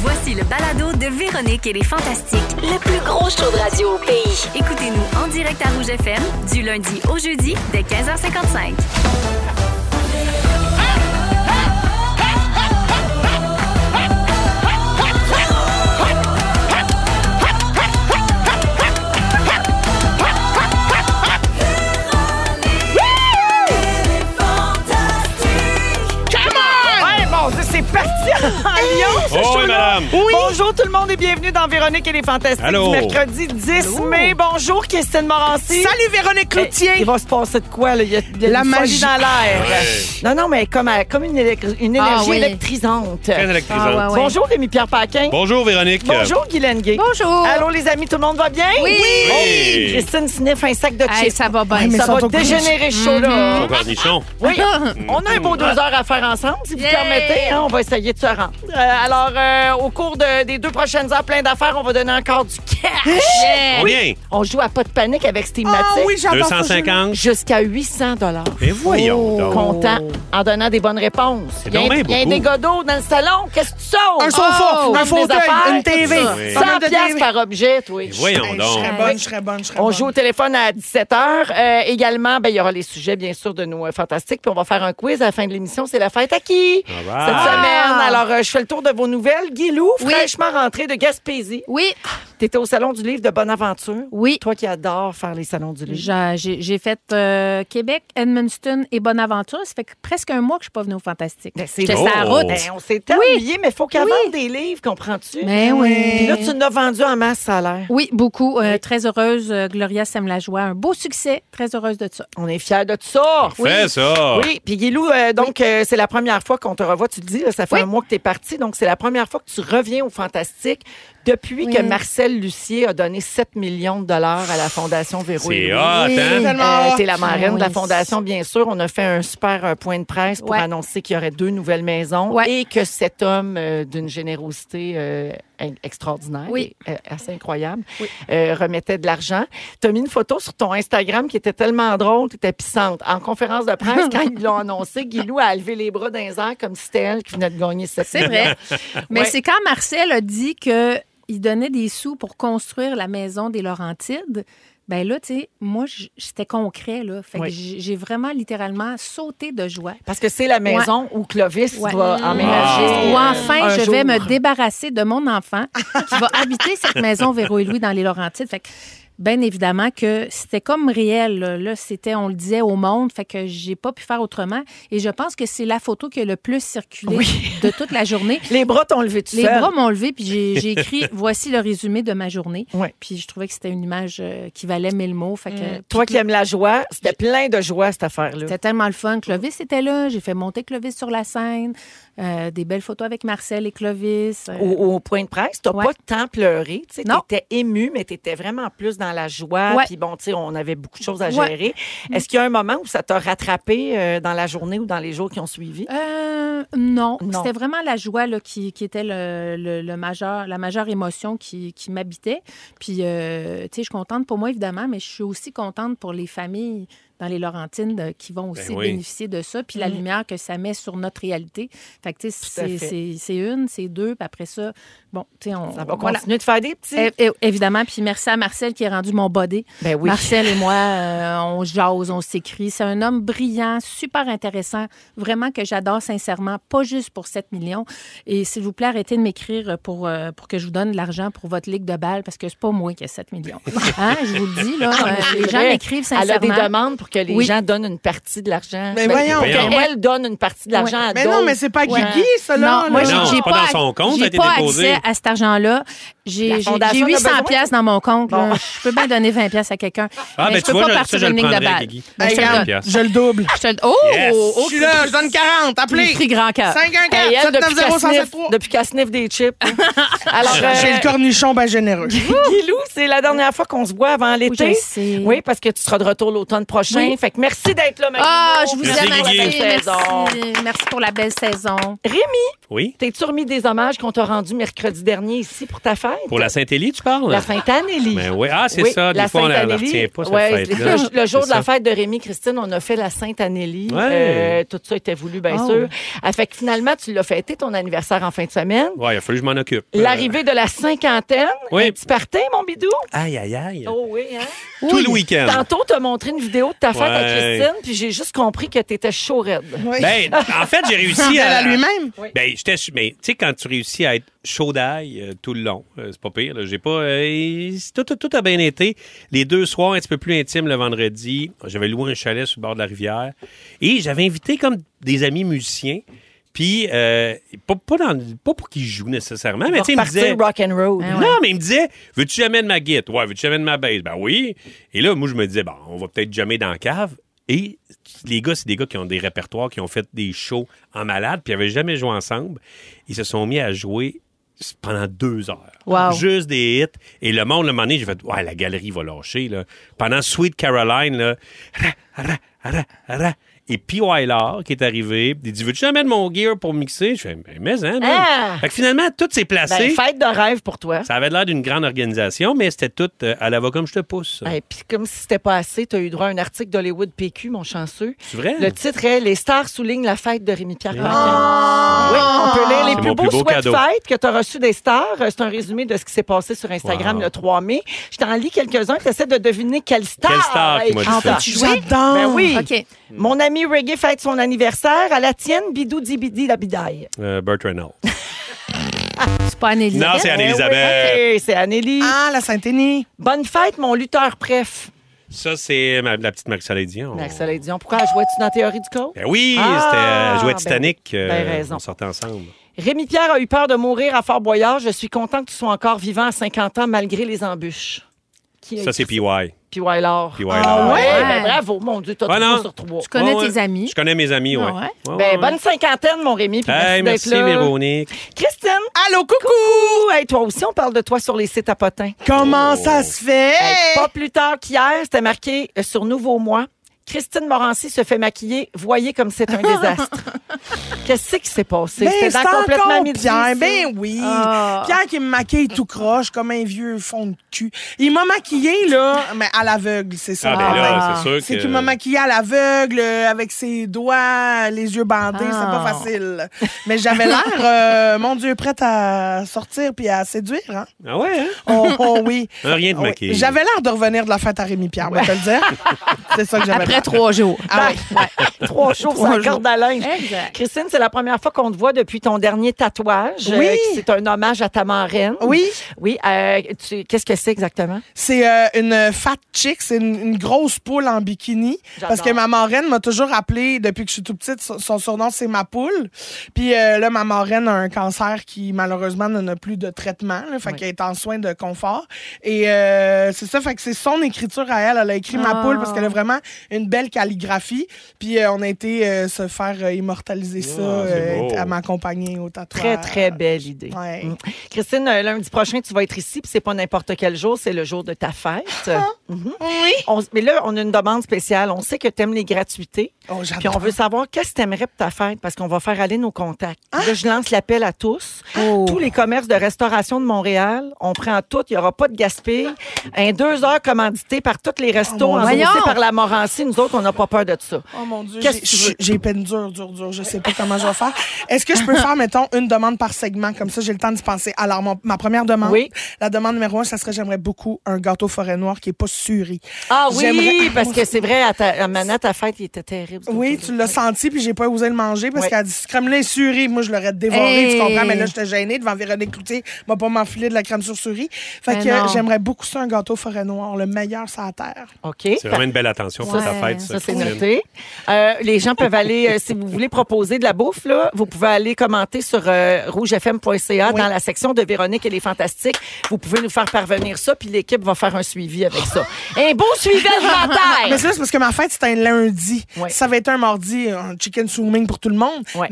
Voici le balado de Véronique et les Fantastiques. Le plus gros show de radio au pays. Écoutez-nous en direct à Rouge FM du lundi au jeudi dès 15h55. C'est parti en Lyon, ce show-là. Oui. Bonjour tout le monde et bienvenue dans Véronique et les Fantastiques Allô. du mercredi 10 mai. Bonjour Christine Morancy. Salut Véronique Cloutier. Il va se passer de quoi, là? Il y a La une magie folie dans l'air. Ouais. Non, mais comme une énergie oui. électrisante. Très électrisante. ouais. Bonjour Rémi-Pierre Paquin. Bonjour, Véronique. Bonjour Guylaine Gay. Bonjour. Allô les amis, tout le monde va bien? Oui. Oui. Christine sniffe un sac de Hey, chips. ça va bien. Ouais, mais Ça sont va au dégénérer chaud, là. Son cornichon. Oui, on a un beau 2 heures à faire ensemble, si vous Yeah. permettez. Hein, on va essayer de se rendre. Au cours des 2 prochaines heures, plein d'affaires, on va donner encore du cash. Yeah. Combien? On joue à pas de panique avec Steve Ah Matic. oui, j'adore ça. 250? Jusqu'à 800 $. Mais voyons donc. Content en donnant des bonnes réponses. C'est Il y a donc bien il y a un beaucoup. dégodeau dans le salon. Qu'est-ce que tu sauves? Un sofa, Oh, un des fauteuil, affaires, une TV. tout ça. Oui. 100 Pas mal de piastres TV. par objet, oui. Mais voyons Hey, donc. je serais bonne. On joue au téléphone à 17h. Également, il y aura les sujets, bien sûr, de nos fantastiques. Puis on va faire un quiz à la fin de l'émission. C'est la fête à qui? All right. Cette semaine. Alors, je fais le tour de vos nouvelles. Guilou, Oui. fraîchement rentré de Gaspésie. Oui, T'étais au Salon du Livre de Bonaventure. oui. Toi qui adores faire les salons du livre. J'ai fait Québec, Edmundston et Bonaventure. Ça fait presque un mois que je suis pas venue au Fantastique. Ben, c'est J'étais beau. sur la route. Ben, on s'est ennuyé, mais il faut qu'elle vende des livres, comprends-tu? Mais oui. Puis là, tu l'as vendu en masse, ça a l'air. Oui, beaucoup. Très heureuse. Gloria sème la joie. Un beau succès. Très heureuse de ça. On est fiers de tout ça. Fais ça. Oui, puis Guilou, c'est la première fois qu'on te revoit. Tu le dis, là, ça fait un mois que tu es parti, donc c'est la première fois que tu reviens au Fantastique depuis que Marcel Lucier a donné 7 millions de dollars à la Fondation Véro et C'est Louis. hot, Oui. hein? Tellement hot. T'es la marraine de la Oui. Fondation, bien sûr. On a fait un super point de presse pour Ouais. annoncer qu'il y aurait 2 nouvelles maisons Ouais. et que cet homme d'une générosité extraordinaire, Oui. et, assez incroyable, Oui. remettait de l'argent. Tu as mis une photo sur ton Instagram qui était tellement drôle, tu étais puissante. En conférence de presse, quand ils l'ont annoncé, Guilou a levé les bras dans les airs comme si c'était elle qui venait de gagner 7 C'est vrai. Mais Ouais. c'est quand Marcel a dit qu'il donnait des sous pour construire la maison des Laurentides. Ben là, tu sais, moi, c'était concret, là. Fait que Oui. j'ai vraiment, littéralement, sauté de joie. Parce que c'est la maison où Clovis Ouais. va emménager. Ou enfin, un je vais jour. me débarrasser de mon enfant qui va habiter cette maison Véro et Louis dans les Laurentides. Fait que, bien évidemment que c'était comme réel. Là, c'était, on le disait au monde, fait que j'ai pas pu faire autrement. Et je pense que c'est la photo qui a le plus circulé de toute la journée. Les bras t'ont levé tout Les seul. bras m'ont levé, puis j'ai écrit « Voici le résumé de ma journée Ouais. ». Puis je trouvais que c'était une image qui valait 1000 mots. Fait que, Toi qui aimes la joie, c'était plein de joie, cette affaire-là. c'était tellement le fun. Clovis était là. J'ai fait monter Clovis sur la scène. Des belles photos avec Marcel et Clovis. Au point de presse, t'as Ouais. pas tant pleuré. Tu sais, Non. t'étais ému, mais t'étais vraiment plus dans la joie. Ouais. Puis bon, tu sais, on avait beaucoup de choses à Ouais. gérer. Est-ce qu'il y a un moment où ça t'a rattrapé dans la journée ou dans les jours qui ont suivi? Non. Non. C'était vraiment la joie là, qui était la majeure émotion qui m'habitait. Puis, tu sais, je suis contente pour moi, évidemment, mais je suis aussi contente pour les familles dans les Laurentides qui vont aussi oui. bénéficier de ça, puis la lumière que ça met sur notre réalité. Fait que, tu à fait. sais, c'est une, c'est deux, puis après ça, bon, tu sais, on... Ça va voilà. continuer de faire des petits. Évidemment, puis merci à Marcel qui est rendu mon body. Ben oui. Marcel et moi, on jase, on s'écrit. C'est un homme brillant, super intéressant, vraiment que j'adore sincèrement, pas juste pour 7 millions. Et s'il vous plaît, arrêtez de m'écrire pour que je vous donne de l'argent pour votre ligue de balle, parce que c'est pas moi qui ai 7 millions. Hein, je vous le dis, là, les gens Vrai. m'écrivent Elle a sincèrement. des demandes pour que les Oui. gens donnent une partie de l'argent. Mais voyons. Elle donne une partie de l'argent à Mais d'autres. non, mais c'est pas Ouais. Guigui, ça, là. Non, moi, Mais non, j'ai pas dans son compte, ça a j'ai été pas déposé. accès à cet argent-là. J'ai La fondation j'ai en a 800 besoin? piastres dans mon compte. là. Bon. Je peux bien donner 20 piastres à quelqu'un. Ah, mais ben je tu peux vois, pas ça, partir je le d'une ligne de prendrais, balle. Guigui. Ben, je te le Regarde, donne. je le double. Je te le Oh! Yes. Oh, Je suis là, je donne 40. Appelez. Prix grand cœur. 514 Hey, elle, depuis qu'elle 790 sniffe- depuis qu'elle sniffe des chips. Alors, J'ai le cornichon bien généreux. Guilou, c'est la dernière fois qu'on se voit avant l'été. Oui, je sais. Oui, parce que tu seras de retour l'automne prochain. fin. Fait que merci d'être là, Marie. Ah, je vous Merci, aime Guigui. assez. Saison. Merci pour la belle saison. Rémi, Oui. t'es-tu remis des hommages qu'on t'a rendus mercredi dernier ici pour ta fête? Pour la Saint-Élie, tu parles? La Sainte-Annélie. Ben oui. Ah, c'est Oui, ça. Des la fois, on ne la Sainte-Annélie. retient pas, cette Ouais, fête-là. le jour C'est de la ça. fête de Rémi, Christine, on a fait la Sainte-Annélie. Ouais. Tout ça était voulu, bien Oh. sûr. Fait que finalement, tu l'as fêté, ton anniversaire en fin de semaine. Ouais, il a fallu que je m'en occupe. L'arrivée de la cinquantaine. Oui. Un petit party, mon bidou. Aïe, aïe, aïe. Oh oui, hein? Tout le week-end. Tantôt, t'as montré une vidéo de ta fête à Ouais. Christine, puis j'ai juste compris que t'étais chaud raide. Oui. Ben, en fait, j'ai réussi Fidèle à... à lui-même. Ben, mais tu sais, quand tu réussis à être chaud d'ail tout le long, c'est pas pire. Là. J'ai pas... tout a bien été. Les 2 soirs un petit peu plus intimes le vendredi, j'avais loué un chalet sur le bord de la rivière et j'avais invité comme des amis musiciens. Puis, pas pour qu'ils jouent nécessairement, mais tu sais, ils me disaient... rock and roll. Ah ouais. Non, mais il me disait, veux-tu jamais de ma guitare? Ouais, veux-tu jamais de ma bass? Ben oui. Et là, moi, je me disais, bon, on va peut-être jamais dans la cave. Et les gars, c'est des gars qui ont des répertoires, qui ont fait des shows en malade, puis ils n'avaient jamais joué ensemble. Ils se sont mis à jouer pendant 2 heures. Wow. Juste des hits. Et le monde, le moment donné, j'ai fait, ouais, la galerie va lâcher, là. Pendant Sweet Caroline, là, et P. Wyler qui est arrivé, il dit, veux-tu jamais de mon gear pour mixer? Je fais, mais hein, man. Ah! Fait que finalement, tout s'est placé. Ben, fête de rêve pour toi. Ça avait l'air d'une grande organisation, mais c'était tout à la va comme je te pousse. Et puis comme si c'était pas assez, tu as eu droit à un article d'Hollywood PQ, mon chanceux. C'est vrai? Le titre est Les stars soulignent la fête de Rémi-Pierre Paquin. Ah! Oui, on peut lire les C'est plus mon beaux plus beau souhaits cadeau. de fête que tu as reçus des stars. C'est un résumé de ce qui s'est passé sur Instagram Wow. le 3 mai. Je t'en lis quelques-uns. Tu essaies de deviner quelle star. Quelle star qui m'a dit écrit ça? ça. J'adore. Ben oui. OK. Mon ami Reggae fête son anniversaire. À la tienne, Bidou Dibidi la bidaille. Burt Reynolds. C'est pas Anne-Élisabeth. Non, c'est Anne-Élisabeth. Eh oui, c'est Annélie. Ah, la Saint-Denis. Bonne fête, mon lutteur préf. Ça, c'est la petite Marie-Soleil Dion. Marie-Soleil Dion. Pourquoi elle jouait-tu dans Théorie du code? Ben oui, Ah, c'était jouer ben Titanic. oui. Ben raison. On sortait ensemble. Rémi-Pierre a eu peur de mourir à Fort-Boyard. Je suis content que tu sois encore vivant à 50 ans malgré les embûches. Qui a Ça, c'est écrit PY. Puis Wyler. Puis Wyler. Ah ouais? Ouais. Ben bravo, mon Dieu, t'as Ouais, 3 non. sur 3. Tu connais Ouais, tes amis. Je connais mes amis, ouais. Ah ouais? Ouais, Ben, ouais. bonne cinquantaine, mon Rémi, puis Hey, merci merci, d'être là. Véronique. Christine. Allô, coucou! Coucou! Hey, toi aussi, on parle de toi sur les sites à potins. Comment ça se fait? Hey, pas plus tard qu'hier, c'était marqué sur Nouveau Mois. Christine Morancy se fait maquiller. Voyez comme c'est un désastre. Qu'est-ce qui s'est passé? Ben, C'était c'est dans complètement encore midi. Pierre. ça. Ben oui. Ah. Pierre qui me maquille tout croche comme un vieux fond de cul. Il m'a maquillé, là, mais à l'aveugle, c'est ça. Ah, le ben problème. là, c'est sûr que... C'est qu'il m'a maquillé à l'aveugle, avec ses doigts, les yeux bandés. Ah. C'est pas facile. Mais j'avais l'air, mon Dieu, prête à sortir puis à séduire. Hein? Ah ouais, hein? Oh oui. Rien de Oui. maquillé. J'avais l'air de revenir de la fête à Rémi-Pierre, on va te le dire. C'est ça que j'avais Après l'air. 3 jours. Ah oui. Ben, 3 jours, c'est 3 la corde à linge. Exact. Christine, c'est la première fois qu'on te voit depuis ton dernier tatouage. Oui. C'est un hommage à ta marraine. Oui. Oui. Qu'est-ce que c'est exactement? C'est une fat chick, c'est une grosse poule en bikini. J'adore. Parce que ma marraine m'a toujours appelée, depuis que je suis toute petite, son surnom, c'est ma poule. Puis là, ma marraine a un cancer qui, malheureusement, n'a plus de traitement. Là, fait Oui. qu'elle est en soins de confort. Et c'est ça, fait que c'est son écriture à elle. Elle a écrit ma poule parce qu'elle a vraiment une belle calligraphie. Puis on a été se faire immortaliser ça. c'est beau. À m'accompagner au tatouage. Très, très belle idée. Ouais. Mm. Christine, lundi prochain, tu vas être ici, puis c'est pas n'importe quel jour, c'est le jour de ta fête. Mhm. Oui. Mais là, on a une demande spéciale. On sait que tu aimes les gratuités. Oh, Puis j'adore. on veut savoir qu'est-ce que tu aimerais pour ta fête, parce qu'on va faire aller nos contacts. Puis Là, je lance l'appel à tous. Oh. Tous les commerces de restauration de Montréal, on prend tout, il n'y aura pas de gaspille. Un 2 heures commandité par tous les restos, mon endossés Dieu. par la Morancy. Nous autres, on n'a pas peur de ça. Oh mon Dieu, Qu'est-ce que tu veux? j'ai peine dure. Je sais pas comment je vais faire. Est-ce que je peux faire, mettons, une demande par segment? Comme ça, j'ai le temps d'y penser. Alors, ma première demande, Oui. la demande numéro 1, ça serait j'aimerais beaucoup un gâteau forêt noire qui est pas suri. Ah oui, J'aimerais- parce que c'est vrai, à Manette, ta fête, il était terrible. Oui, tu l'as senti, puis j'ai pas osé le manger parce Oui. qu'elle a dit si crème là est surée, moi je l'aurais dévoré, Hey. tu comprends? Mais là, j'étais gênée devant Véronique Cloutier, m'a pas m'enfiler de la crème sur souris. Fait Mais que non. j'aimerais beaucoup ça, un gâteau forêt noire, le meilleur sur la terre. OK. C'est vraiment une belle attention pour Ouais. ta fête, Ça, c'est Christine. noté. Les gens peuvent aller, si vous voulez proposer de la bouffe, là, vous pouvez aller commenter sur rougefm.ca Oui. dans la section de Véronique et les Fantastiques. Vous pouvez nous faire parvenir ça, puis l'équipe va faire un suivi avec ça. Un beau suivi Mais alimentaire! ça, c'est parce que ma fête, c'est un lundi. Ouais. Ça va être un mardi, un chicken souming pour tout le monde. Ouais. Mais là,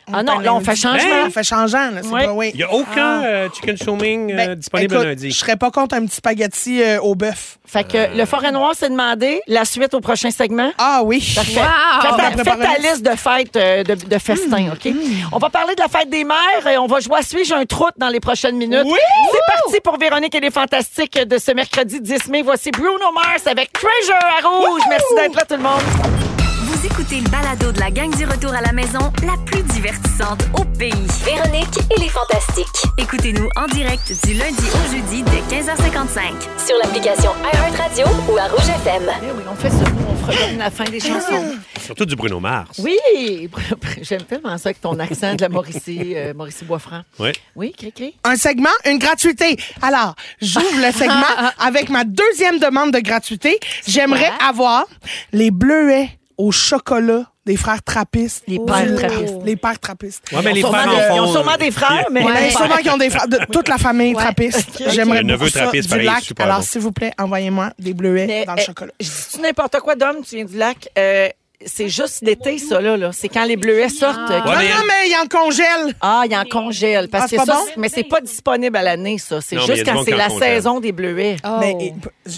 Ah non, là, on fait changement. On fait changeant. Là, c'est Oui. pas, oui. Il n'y a aucun chicken chouming disponible écoute, lundi. Je serais pas contre un petit spaghetti au bœuf. Fait que le Forêt Noire s'est demandé la suite au prochain segment. Ah oui. Parfait. Wow! Fais ta liste de fêtes, de festins, OK? On va parler de la fête des mères et on va jouer à Suis-je un troute dans les prochaines minutes. Oui! C'est parti pour Véronique et les Fantastiques de ce mercredi 10 mai. Voici Bruno Mars avec Treasure à Rouge. Merci d'être là, tout le monde. Vous écoutez le balado de la gang du retour à la maison, la plus divertissante au pays. Véronique et les Fantastiques. Écoutez-nous en direct du lundi au jeudi dès 15h55 sur l'application iHeartRadio ou à Rouge FM. Eh oui, on fait ça. Nous, on fredonne la fin des chansons. Surtout du Bruno Mars. Oui, j'aime tellement ça avec ton accent de la Mauricie Boisfranc. Oui. Oui, cri-cri. Un segment, une gratuité. Alors, j'ouvre le segment avec ma deuxième demande de gratuité. J'aimerais avoir les bleuets au chocolat des frères trappistes. Les pères trappistes. Les pères trappistes. Ouais, mais les Ils ont frères sûrement en font. ils ont sûrement des frères, mais... Il y en a sûrement qui ont des frères, de toute la famille trappiste. Ok. J'aimerais Le neveu beaucoup ça, trappiste, du pareil, lac. super Alors, bon. s'il vous plaît, envoyez-moi des bleuets Mais, dans le chocolat. Je dis n'importe quoi, Dom, tu viens du lac. C'est juste l'été, ça, là. C'est quand les bleuets sortent. Ouais, Non, mais- non, mais il en congèle. Il y en congèle. Parce Ah, c'est que pas ça, bon? mais c'est pas disponible à l'année, ça. C'est Non, mais il y juste a du quand monde c'est qui en la congèle. saison des bleuets. Oh. Mais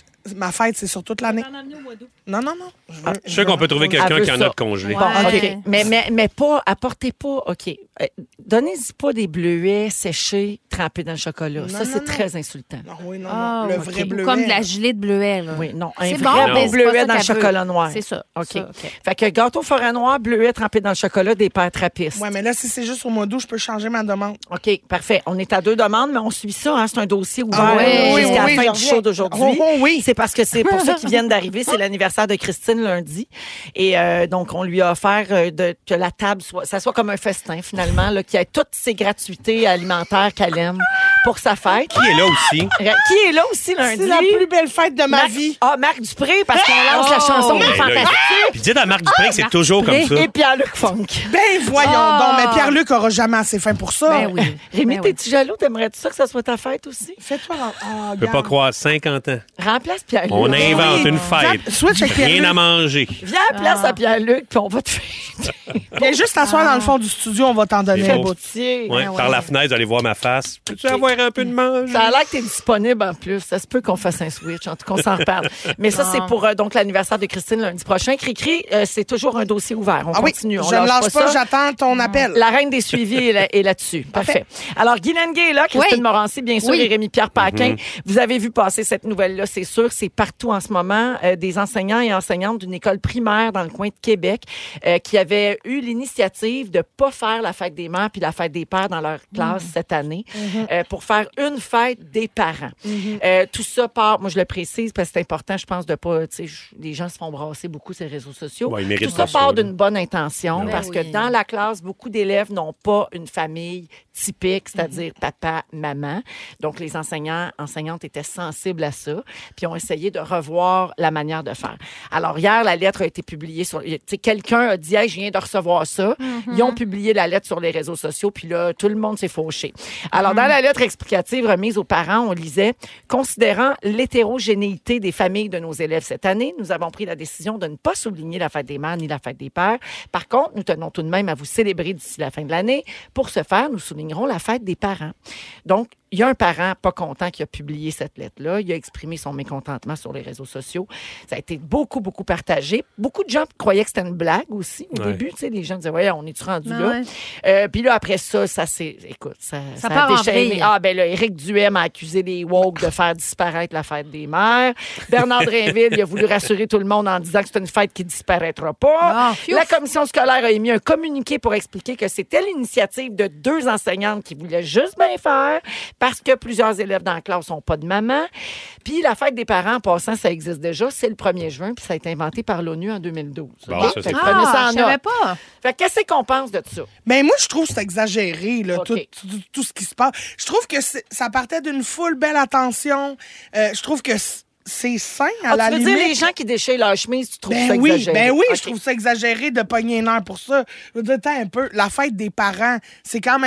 ma fête, c'est sur toute l'année. Non, non, non. Je suis sûr qu'on peut trouver quelqu'un veut qui en ça. a de congelé. Bon, Ouais. OK. Mais pas, apportez pas, OK. Donnez-y pas des bleuets séchés, trempés dans le chocolat. Ça, c'est très insultant. Non, oui, non, Ah, non. Le ok. vrai Ou bleuet. comme de la gelée de bleuet. Là. Oui, non. Un C'est vrai bon, bon mais c'est pas bleuet ça dans le qu'elle veut. chocolat noir. C'est ça. OK. Ça, OK. Fait que gâteau Forêt Noire, bleuet trempé dans le chocolat, des pères trappistes. Ouais, mais là, si c'est juste au mois d'août, je peux changer ma demande. OK, parfait. On est à 2 demandes, mais on suit ça. Hein? C'est un dossier ouvert Ah oui, jusqu'à oui, la fin je du reviens. show d'aujourd'hui. Oh, oui. C'est parce que c'est pour ceux qui viennent d'arriver. C'est l'anniversaire de Christine lundi. Et donc, on lui a offert que la table soit comme un festin, finalement, là, qu'il y ait toutes ces gratuités alimentaires qu'elle aime pour sa fête. Qui est là aussi? Qui est là aussi lundi? C'est la plus belle fête de ma vie. Ah, Marc Dupré, parce qu'on lance la chanson Ben là, fantastique. Puis dites à Marc Dupré que c'est toujours comme ça. Et Pierre-Luc Funk. Ben voyons donc, mais Pierre-Luc aura jamais assez faim pour ça. Ben oui. Rémi, Ben oui. t'es-tu jaloux? T'aimerais-tu ça que ça soit ta fête aussi? Fais-toi... Je peux pas croire 50 ans. Remplace Pierre-Luc. On invente oui. une fête. Switch avec Rien Pierre-Luc. à manger. Viens à la place à Pierre-Luc, puis on va te faire Viens juste t'asseoir dans le fond du studio, on va t'en donner C'est un beau. bout. pitié. Ouais, par la fenêtre, vous allez voir ma face. Peux-tu avoir un peu de manger? Ça a l'air que t'es disponible en plus. Ça se peut qu'on fasse un switch. En tout cas, on s'en reparle. Mais ça, c'est pour donc l'anniversaire de Christine lundi prochain. Cricri, c'est toujours un dossier ouvert. On Ah oui, continue. On je ne lâche pas, ça. j'attends ton appel. La reine des suivis est là-dessus. Parfait. Alors, Guy Lenguet est là, Christine Oui. Morancy, bien sûr, Oui. et Rémi-Pierre Paquin. Vous avez vu passer cette nouvelle-là, c'est sûr. C'est partout en ce moment. Des enseignants et enseignantes d'une école primaire dans le coin de Québec qui avaient eu l'initiative de pas faire la fête des mères puis la fête des pères dans leur classe cette année pour faire une fête des parents. Tout ça part, moi je le précise parce que c'est important, je pense, de pas, tu sais, les gens se font brasser beaucoup sur les réseaux sociaux. Ouais, ils méritent Tout ça pas ça, part là. d'une bonne intention Ben parce oui. que dans la classe, beaucoup d'élèves n'ont pas une famille typique, c'est-à-dire papa, maman. Donc, les enseignantes étaient sensibles à ça, puis ont essayé de revoir la manière de faire. Alors, hier, la lettre a été publiée sur... Tu sais, quelqu'un a dit « Hey, je viens de recevoir ça. Ils ont publié la lettre sur les réseaux sociaux, puis là, tout le monde s'est fauché. Alors, dans la lettre explicative remise aux parents, on lisait « Considérant l'hétérogénéité des familles de nos élèves cette année, nous avons pris la décision de ne pas souligner la fête des mères ni la fête des pères. Par contre, nous tenons tout de même à vous célébrer d'ici la fin de l'année. Pour ce faire, nous soulignerons la fête des parents. » Donc, il y a un parent pas content qui a publié cette lettre-là. Il a exprimé son mécontentement sur les réseaux sociaux. Ça a été beaucoup, beaucoup partagé. Beaucoup de gens croyaient que c'était une blague aussi. Au Ouais. début, tu sais, les gens disaient, voyons, on est-tu rendu Ah là? ouais. Puis là, après ça, ça s'est... Écoute, ça a part en déchaîné. vrille. Ah, ben là, Éric Duhem a accusé les woke de faire disparaître la fête des mères. Bernard Drinville, il a voulu rassurer tout le monde en disant que c'est une fête qui disparaîtra pas. Ah, phew. La commission scolaire a émis un communiqué pour expliquer que c'était l'initiative de 2 enseignantes qui voulaient juste bien faire parce que plusieurs élèves dans la classe n'ont pas de maman. Puis la fête des parents, en passant, ça existe déjà. C'est le 1er juin, puis ça a été inventé par l'ONU en 2012. Bon, OK? ça, c'est Fait que cool. prenez ça en je savais note. pas. Fait que qu'est-ce qu'on pense de ça? Mais moi, je trouve que c'est exagéré, là, OK. tout ce qui se passe. Je trouve que ça partait d'une full belle attention. Je trouve que c'est sain, à la tu veux limite. dire les gens qui déchirent leur chemise, tu trouves ça Ben oui, exagéré? OK. OK. Je trouve ça exagéré de pogner une heure pour ça. Je veux dire, attends un peu, la fête des parents, c'est quand même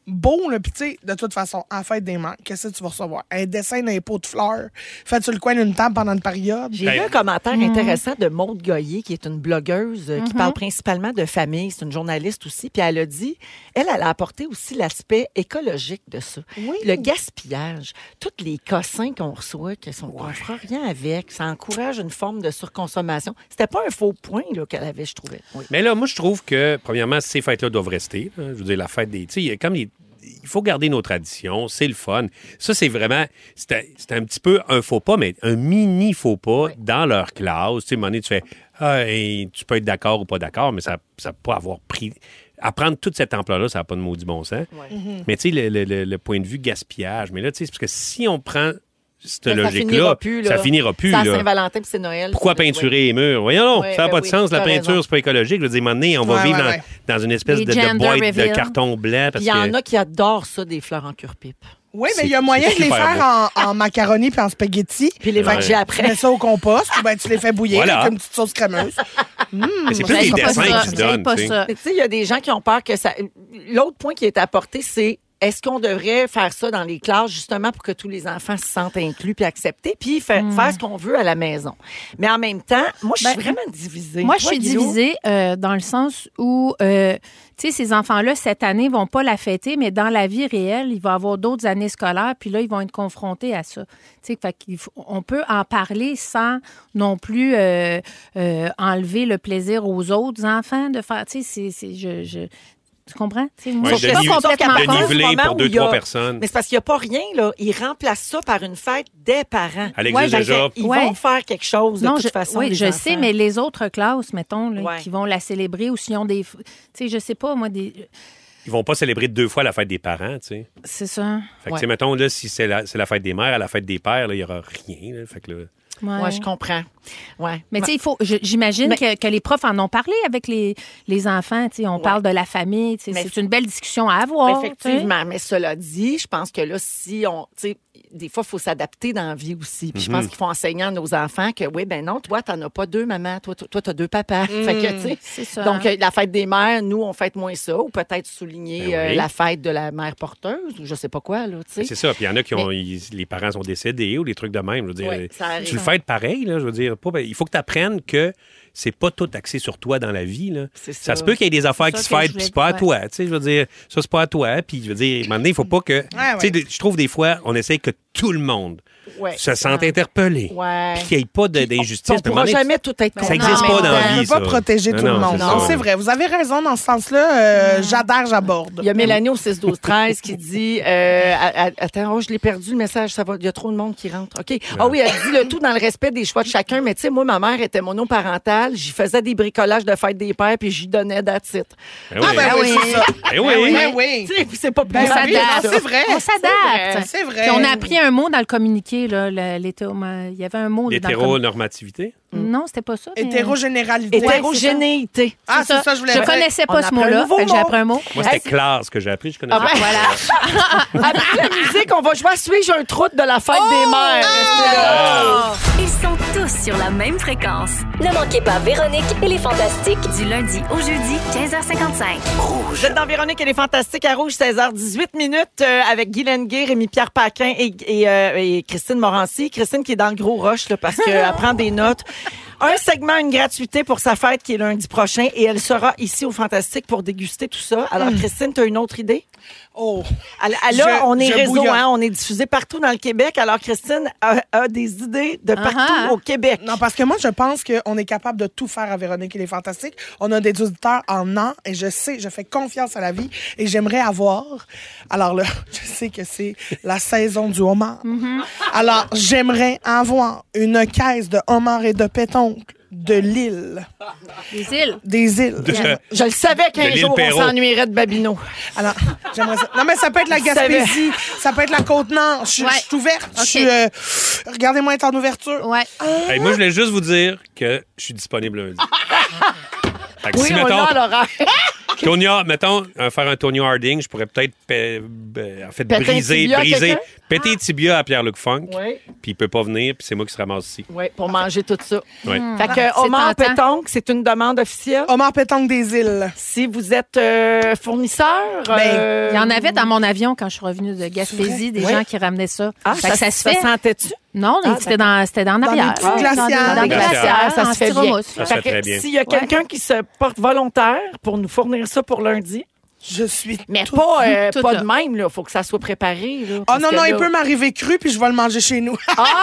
beau, là. Puis, tu sais, de toute façon, en fête des mères, qu'est-ce que tu vas recevoir? Un dessin d'un pot de fleurs fait sur le coin d'une table pendant une période. J'ai vu un commentaire intéressant de Maude Goyer, qui est une blogueuse qui parle principalement de famille. C'est une journaliste aussi. Puis elle a dit, elle a apporté aussi l'aspect écologique de ça. Oui. Le gaspillage, tous les cossins qu'on reçoit, qu'on ne fera rien avec, ça encourage une forme de surconsommation. C'était pas un faux point là, qu'elle avait, je trouvais. Oui. Mais là, moi, je trouve que, premièrement, ces fêtes-là doivent rester. Là. Je veux dire, la fête des... Tu sais, comme il faut garder nos traditions, c'est le fun. Ça, c'est vraiment... C'est un petit peu un faux pas, mais un mini faux pas dans leur classe. Tu sais, à un moment donné, tu fais... tu peux être d'accord ou pas d'accord, mais ça peut pas avoir pris... À prendre toute cette ampleur-là, ça n'a pas de maudit bon sens. Ouais. Mais tu sais, le point de vue gaspillage, mais là, tu sais, c'est parce que si on prend... cette logique-là, ça finira plus. C'est à Saint-Valentin puis c'est Noël. Pourquoi peinturer les murs? Voyons, ça n'a pas de sens. La peinture, c'est pas écologique. Je veux dire, à un moment donné, on va vivre dans une espèce de boîte de carton blanc. Il y en a qui adorent ça, des fleurs en cure-pipe. Oui, mais il y a moyen de les faire en macaroni puis en spaghetti. Puis les manger après. Tu mets ça au compost ou ben tu les fais bouillir avec une petite sauce crémeuse. Mais c'est plus des dessins qui se donnent. Tu sais, il y a des gens qui ont peur que ça... L'autre point qui est apporté, c'est est-ce qu'on devrait faire ça dans les classes, justement, pour que tous les enfants se sentent inclus puis acceptés, puis faire ce qu'on veut à la maison? Mais en même temps, moi, je suis vraiment divisée. Moi, je suis divisée dans le sens où, tu sais, ces enfants-là, cette année, vont pas la fêter, mais dans la vie réelle, il va y avoir d'autres années scolaires, puis là, ils vont être confrontés à ça. Tu sais, on peut en parler sans non plus enlever le plaisir aux autres enfants de faire, tu sais, tu comprends? Moi, je suis pas complètement niveler pour 2-3 personnes. Mais c'est parce qu'il n'y a pas rien, là. Ils remplacent ça par une fête des parents. Elle existe déjà. Ils vont faire quelque chose de toute façon. Oui, je sais, mais les autres classes, mettons, là, qui vont la célébrer ou s'ils ont des... Tu sais, je sais pas, moi, des... Ils vont pas célébrer 2 fois la fête des parents, tu sais. C'est ça. Fait que, mettons, là, si c'est la fête des mères, à la fête des pères, il n'y aura rien. Là. Fait que là... Ouais, je comprends. Ouais. Mais tu sais, j'imagine que les profs en ont parlé avec les enfants. Tu sais, on parle de la famille. Tu sais, c'est une belle discussion à avoir. Effectivement. Mais cela dit, je pense que là, si on... Tu sais, des fois, il faut s'adapter dans la vie aussi. Puis je pense qu'il faut enseigner à nos enfants que, oui, ben non, toi, t'en as pas 2 mamans. Toi, t'as 2 papas. Fait que, tu sais, c'est ça. Donc, la fête des mères, nous, on fête moins ça. Ou peut-être souligner la fête de la mère porteuse ou je sais pas quoi, là, tu sais. C'est ça. Puis il y en a qui ont... Les parents sont décédés ou des trucs de même. Je veux dire, tu le fêtes pareil, là. Je veux dire, il faut que tu apprennes que c'est pas tout axé sur toi dans la vie. Là. Ça se peut qu'il y ait des affaires qui se fêtent, puis c'est pas à toi. Tu sais, je veux dire, ça, c'est pas à toi. Puis, je veux dire, maintenant, il faut pas que... Tu sais, je trouve des fois, on essaie que tout le monde se sente interpellé. Puis qu'il n'y ait pas d'injustice. On ne pourra jamais tout être content. Ça n'existe pas dans la vie, on ne peut pas protéger tout le monde. Non, c'est vrai. Vous avez raison dans ce sens-là. J'adhère, j'aborde. Il y a Mélanie au 6-12-13 qui dit... attends, je l'ai perdu, le message. Il y a trop de monde qui rentre. OK. Ah oui, elle dit le tout dans le respect des choix de chacun. Mais tu sais, moi, ma mère était monoparentale. J'y faisais des bricolages de fête des pères, puis j'y donnais that's-it. Ah ben oui, c'est ça. Oui. C'est pas plus c'est vrai. On s'adapte. C'est vrai. Puis on a appris un mot dans le communiqué, là. Il y avait un mot. L'hétéronormativité? Non, c'était pas ça. Hétérogénéralité. Hétérogénéité. Ah, c'est ça, je voulais dire. Je connaissais pas ce mot-là. J'ai appris un mot. Moi, c'était classe que j'ai appris. Je connaissais pas. Voilà. Après la musique, on va jouer à Suis-je un troute de la fête des mères. Ils sont tous sur la même fréquence. Ne manquez pas Véronique et les Fantastiques du lundi au jeudi, 15h55. Rouge. Vous êtes dans Véronique et les Fantastiques à Rouge, 16h18 minutes avec Guy Lenguet, Rémi-Pierre Paquin et Christine Morancy. Christine qui est dans le gros rush là, parce qu'elle prend des notes. Un segment, une gratuité pour sa fête qui est lundi prochain et elle sera ici au Fantastique pour déguster tout ça. Alors, Christine, tu as une autre idée? Oh! Là, on est réseau, hein, on est diffusé partout dans le Québec. Alors, Christine a des idées de partout au Québec. Non, parce que moi, je pense qu'on est capable de tout faire à Véronique et les Fantastiques. On a des auditeurs en an et je fais confiance à la vie et j'aimerais avoir... Alors là, je sais que c'est la saison du homard. Alors, j'aimerais avoir une caisse de homard et de pétoncle de l'île. Des îles. Je le savais qu'un jour, on s'ennuierait de Babino. Alors, j'aimerais ça. Non, mais ça peut être la Gaspésie, ça peut être la Côte-Nord. Je suis ouverte. Okay. Regardez-moi être en ouverture. Ouais. Hey, moi, je voulais juste vous dire que je suis disponible lundi. Oui, on l'a à l'horaire. Tony, mettons, faire un Tony Harding, je pourrais peut-être briser, péter les tibias à Pierre-Luc Funk. Oui. Puis il peut pas venir, puis c'est moi qui se ramasse ici. Oui, pour manger tout ça. Oui. Fait que homard pétanque, c'est une demande officielle. Homard pétanque des îles. Si vous êtes fournisseur... Il y en avait dans mon avion quand je suis revenue de Gaspésie, des gens qui ramenaient ça. Ah, ça se fait? Ça sentait-tu? Non, c'était dans arrière. Dans les glacières. Dans les glacières, ça se fait bien. Ça se fait très bien. S'il y a quelqu'un qui se porte volontaire pour nous fournir ça pour lundi... Je suis Mais pas de même, là. Faut que ça soit préparé, là. Oh non, il peut m'arriver cru, puis je vais le manger chez nous.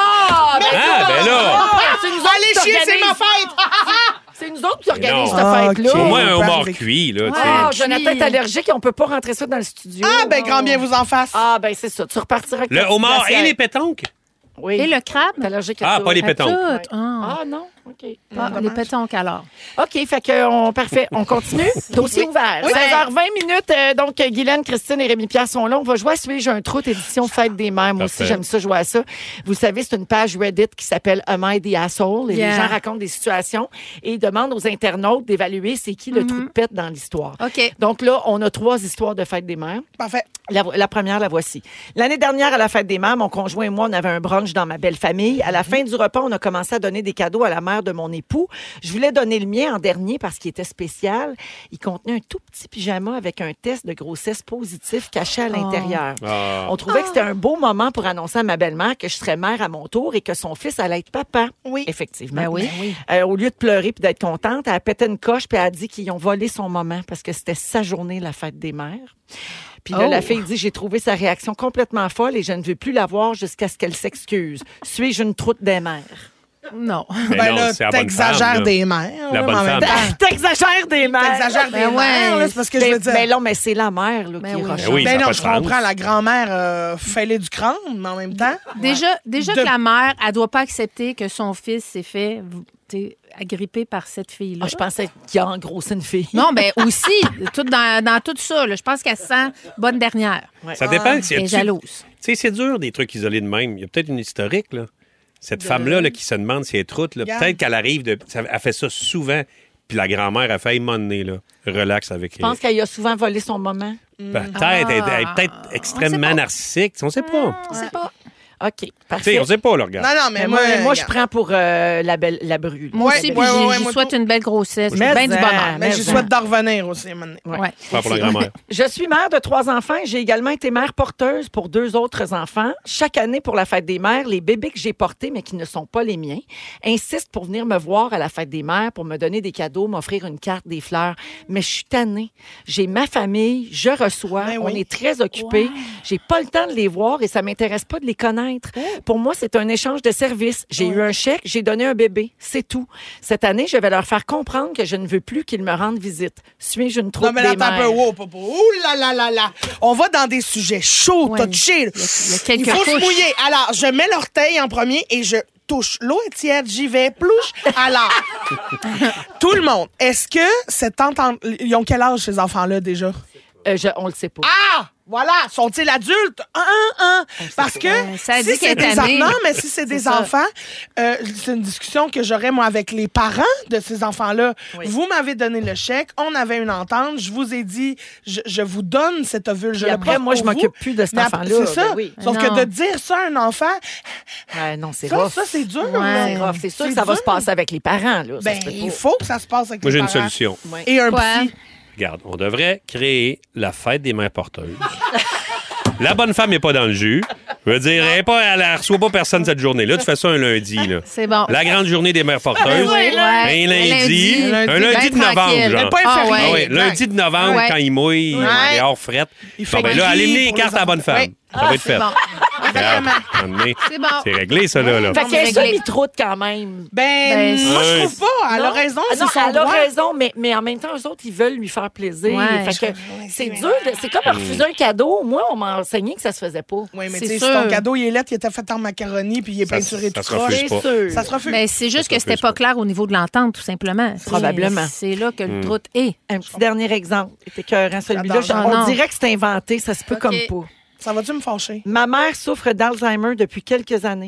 Ah! Ben là! Allez chier, c'est ma fête! C'est nous autres qui organisent cette fête-là. Au moins un homard cuit, là. Ah, Jonathan est allergique et on peut pas rentrer ça dans le studio. Ah, ben grand bien vous en fasse. Ah, ben c'est ça. Tu repartiras avec le homard et les pétanques? Oui. Et le crabe? T'es allergique à tout. Pas les pétanques. Ah non? OK. Les pétanques, alors. OK, fait que parfait. On continue. Dossier ouvert. 16h20. Donc, Guylaine, Christine et Rémi-Pierre sont là. On va jouer à Suis-je un troute édition Fête des Mères. Moi aussi, j'aime ça, jouer à ça. Vous savez, c'est une page Reddit qui s'appelle Am I the Asshole? Et les gens racontent des situations et ils demandent aux internautes d'évaluer c'est qui le trou de pète dans l'histoire. OK. Donc là, on a 3 histoires de Fête des Mères. Parfait. La première, la voici. L'année dernière, à la Fête des Mères, mon conjoint et moi, on avait un brunch dans ma belle famille. À la fin du repas, on a commencé à donner des cadeaux à la mère de mon époux. Je voulais donner le mien en dernier parce qu'il était spécial. Il contenait un tout petit pyjama avec un test de grossesse positif caché à l'intérieur. On trouvait que c'était un beau moment pour annoncer à ma belle-mère que je serais mère à mon tour et que son fils allait être papa. Oui. Effectivement. Ben oui. Au lieu de pleurer puis d'être contente, elle a pété une coche puis elle a dit qu'ils ont volé son moment parce que c'était sa journée, la Fête des mères. Puis là, la fille dit, j'ai trouvé sa réaction complètement folle et je ne veux plus la voir jusqu'à ce qu'elle s'excuse. Suis-je une troute des mères? Non. Ben là, t'exagères des mères. La bonne femme. T'exagères des mères. T'exagères des mères, c'est parce que je veux dire. Mais non, mais c'est la mère là, qui est rochante. Oui, ben non, je comprends. La grand-mère fêlée du crâne, mais en même temps. Déjà que la mère, elle doit pas accepter que son fils s'est fait agrippé par cette fille-là. Je pensais qu'il a engrossé une fille. Non, mais aussi, dans tout ça, là, je pense qu'elle se sent bonne dernière. Ouais. Ça dépend. Elle est jalouse. Tu sais, c'est dur, des trucs isolés de même. Il y a peut-être une historique, là. Cette femme-là qui se demande si elle est troute, peut-être qu'elle arrive elle fait ça souvent, puis la grand-mère a fait monnaie, là. Relax avec elle. Je pense qu'elle a souvent volé son moment. Peut-être. Elle est peut-être extrêmement narcissique. On ne sait pas. On sait pas. OK, parfait. On ne sait pas, là, regarde. Non, mais moi je prends pour la bru. Moi aussi, puis je souhaite une belle grossesse. Mais bien du bonheur. Mais je souhaite d'en revenir aussi. Ouais. Pas pour la grand-mère. Je suis mère de 3 enfants. J'ai également été mère porteuse pour 2 autres enfants. Chaque année, pour la Fête des Mères, les bébés que j'ai portés, mais qui ne sont pas les miens, insistent pour venir me voir à la Fête des Mères, pour me donner des cadeaux, m'offrir une carte, des fleurs. Mais je suis tannée. J'ai ma famille, je reçois, on est très occupés. J'ai pas le temps de les voir et ça m'intéresse pas de les connaître. Pour moi, c'est un échange de services. J'ai eu un chèque, j'ai donné un bébé. C'est tout. Cette année, je vais leur faire comprendre que je ne veux plus qu'ils me rendent visite. Suis-je une troupe des mères? Non, mais là, ouh là là. On va dans des sujets chauds, touchés. Il faut se mouiller. Alors, je mets l'orteil en premier et je touche. L'eau est tiède, j'y vais. Plouche. Alors, tout le monde, est-ce que cette entente... Ils ont quel âge, ces enfants-là, déjà? On le sait pas. Ah! Voilà, sont-ils adultes? Parce que ça si dit c'est qu'elle est tannée. non, mais si c'est des enfants, c'est une discussion que j'aurais moi avec les parents de ces enfants-là. Oui. Vous m'avez donné le chèque, on avait une entente, je vous ai dit, je vous donne cet ovule. Je après, moi, je m'occupe plus de cet enfant-là. C'est ça. Ben oui. Sauf que de dire ça à un enfant, non, c'est rough. Ça, c'est dur. C'est rough. C'est sûr que ça va se passer avec les parents. Là. Ben, il faut que ça se passe avec les parents. Moi, j'ai une solution. Et un psy. Regarde, on devrait créer la fête des mères porteuses. La bonne femme n'est pas dans le jus. Je veux dire, elle ne reçoit pas personne cette journée-là. Tu fais ça un lundi. Là. C'est bon. La grande journée des mères porteuses. Un lundi de novembre. Genre. Lundi de novembre, quand il mouille, il est hors frette. Là, allez mener les cartes à la bonne femme. Ça va être fait. C'est bon. C'est réglé, ça, là. Fait qu'elle ça, il troute quand même. Moi, je trouve pas. Elle a raison, c'est son droit. Elle a raison, mais en même temps, eux autres, ils veulent lui faire plaisir. Fait que c'est dur. C'est comme refuser un cadeau. Moi, on m'a enseigné que ça se faisait pas. Oui, mais tu sais, si ton cadeau, il est lettre, il était fait en macaroni, puis il est peinturé tout croche. Ça se refuse. Mais c'est juste que c'était pas clair au niveau de l'entente, tout simplement. Probablement. C'est là que le troute est. Un petit dernier exemple. C'était écœurant, celui-là. On dirait que c'est inventé. Ça se peut comme pas. Ça va-tu me fâcher? Ma mère souffre d'Alzheimer depuis quelques années.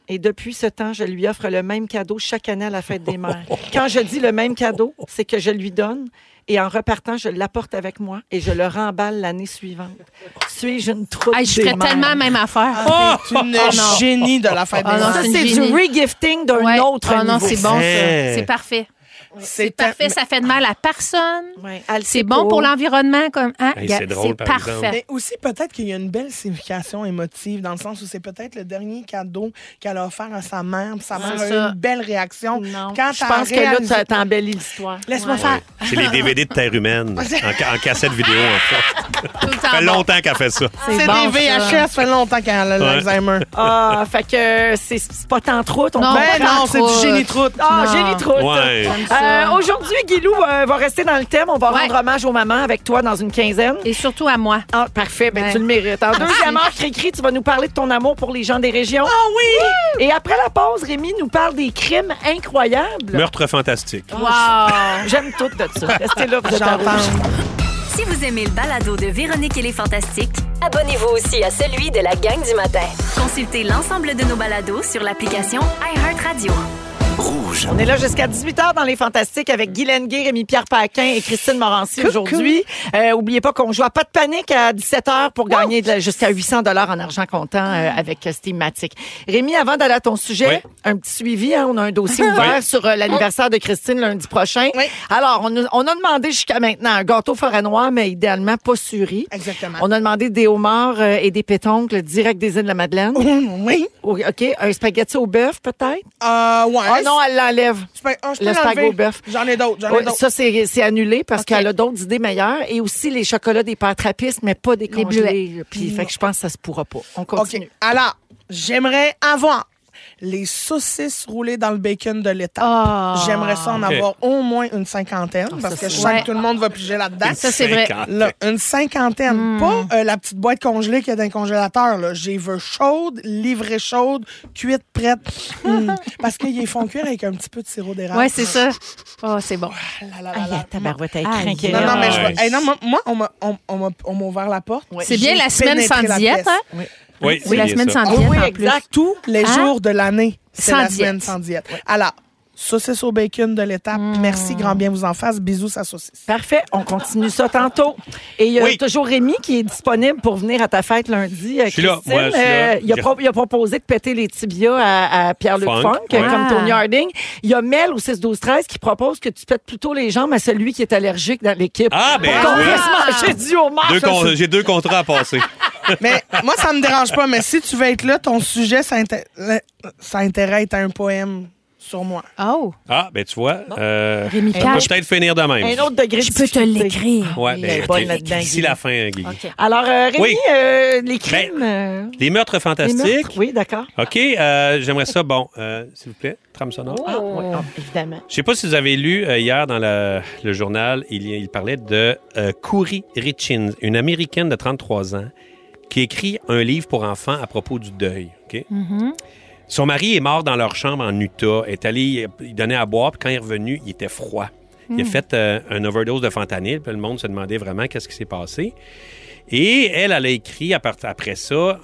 Et depuis ce temps, je lui offre le même cadeau chaque année à la fête des mères. Quand je dis le même cadeau, c'est que je lui donne et en repartant, je l'apporte avec moi et je le remballe l'année suivante. Suis-je une troupe Je ferais tellement la même affaire. T'es une génie de la fête des non, mères. Ça, c'est une c'est génie. du regifting d'un autre niveau. non, c'est bon, ça. C'est parfait. C'est parfait, ça fait de mal à personne. Ouais. C'est bon pour l'environnement. C'est drôle, par exemple. parfait. Mais aussi, peut-être qu'il y a une belle signification émotive, dans le sens où c'est peut-être le dernier cadeau qu'elle a offert à sa mère. Puis sa mère a eu ça. une belle réaction. Non. Quand Je pense que là, tu embellis l'histoire. Laisse-moi faire. C'est les DVD de Terre humaine, en cassette vidéo, en fait. Tout le temps Ça fait bon. longtemps qu'elle fait ça. C'est bon, des VHS, ça fait longtemps qu'elle a l'Alzheimer. Ah, fait que c'est pas tant trop. Non, Ben pas non, tant c'est trop. du génie troute. Ah, Non. génie troute. Ouais. Aujourd'hui, Guilou va rester dans le thème. On va rendre hommage aux mamans avec toi dans une quinzaine. Et surtout à moi. Ah, parfait, ben Ouais. tu le mérites. En deuxième heure, Cricri, tu vas nous parler de ton amour pour les gens des régions. Ah oui! Et après la pause, Rémi nous parle des crimes incroyables. Meurtre fantastique. Wow! J'aime tout de ça. Restez là, vous êtes à Rouge. Si vous aimez le balado de Véronique et les Fantastiques, abonnez-vous aussi à celui de la gang du matin. Consultez l'ensemble de nos balados sur l'application iHeartRadio. Rouge. On est là jusqu'à 18h dans Les Fantastiques avec Guy Lenguet, Rémi-Pierre Paquin et Christine Morancy aujourd'hui. Oubliez pas qu'on joue à Pas de panique à 17h pour gagner jusqu'à 800 $ en argent comptant avec Steamatic. Rémi, avant d'aller à ton sujet, un petit suivi. Hein, on a un dossier ouvert sur l'anniversaire de Christine lundi prochain. Oui. Alors, on a demandé jusqu'à maintenant un gâteau forêt noire, mais idéalement pas suri. Exactement. On a demandé des homards et des pétoncles direct des îles de la Madeleine. Oui. OK, un spaghetti au bœuf peut-être? Ouais. Ah non, elle l'enlève. Je peux Le spag l'enlever. au bœuf. J'en ai d'autres. Oui, ça, c'est annulé parce OK. qu'elle a d'autres idées meilleures. Et aussi les chocolats des pâtes trappistes, mais pas des Les congelés. Puis, fait que je pense que ça se pourra pas. On continue. OK. Alors, j'aimerais avoir les saucisses roulées dans le bacon de l'État. Ah. J'aimerais ça en OK. avoir au moins une cinquantaine parce que je sens que tout le monde va piger là-dedans. Ça, c'est vrai. 50. Là, une cinquantaine. Pas la petite boîte congelée qu'il y a dans le congélateur. Là. J'y veux chaude, livrée chaude, cuite, prête. Parce qu'ils les font cuire avec un petit peu de sirop d'érable. Ouais, c'est ça. Oh, c'est bon. Là, là, là, Aïe, là. tabarouette, elle Aïe. crinquait. Non, non, mais je Ouais. hey, non, moi, on m'a ouvert la porte. C'est bien J'ai la semaine sans pénétré la diète, pièce. hein? Oui, Oui, la semaine sans Ah diète, oui, en exact. plus. Tous les Hein? jours de l'année, c'est Sans la diète. semaine sans diète. Alors, saucisse au bacon de l'étape. Merci, grand bien vous en fasse. Bisous, sa saucisse. Parfait, on continue ça tantôt. Et il y a Oui. toujours Rémi qui est disponible pour venir à ta fête lundi. suis là. Christine. Moi, je suis là. Il a proposé de péter les tibias à Pierre-Luc Funk, Funk, ouais. comme Ah. Tony Harding. Il y a Mel au 6-12-13 qui propose que tu pètes plutôt les jambes à celui qui est allergique dans l'équipe. Ah, ben Qu'on oui. puisse manger du homard. J'ai 2 contrats à passer. Mais moi, ça me dérange pas. Mais si tu veux être là, ton sujet, ça a intérêt à être un poème sur moi. Oh, Ah, ben tu vois, Rémi ça Pierre, peut peut-être finir de même. Un autre degré de je peux te difficulté. l'écrire. Ouais, Il est ben, bonne là-dedans, d'ici Guy. la fin, Guy. OK. Alors, Rémi, Oui. les crimes. Les meurtres Les fantastiques. meurtres. Oui, d'accord. OK, j'aimerais ça. Bon, s'il vous plaît, trame sonore. Ah, oui, évidemment. Je sais pas si vous avez lu hier dans le journal, il parlait de Kouri Richins, une Américaine de 33 ans qui écrit un livre pour enfants à propos du deuil. OK? Son mari est mort dans leur chambre en Utah, est allé il donnait à boire, puis quand il est revenu, il était froid. Il a fait un overdose de fentanyl, puis le monde se demandait vraiment qu'est-ce qui s'est passé. Et elle a écrit après ça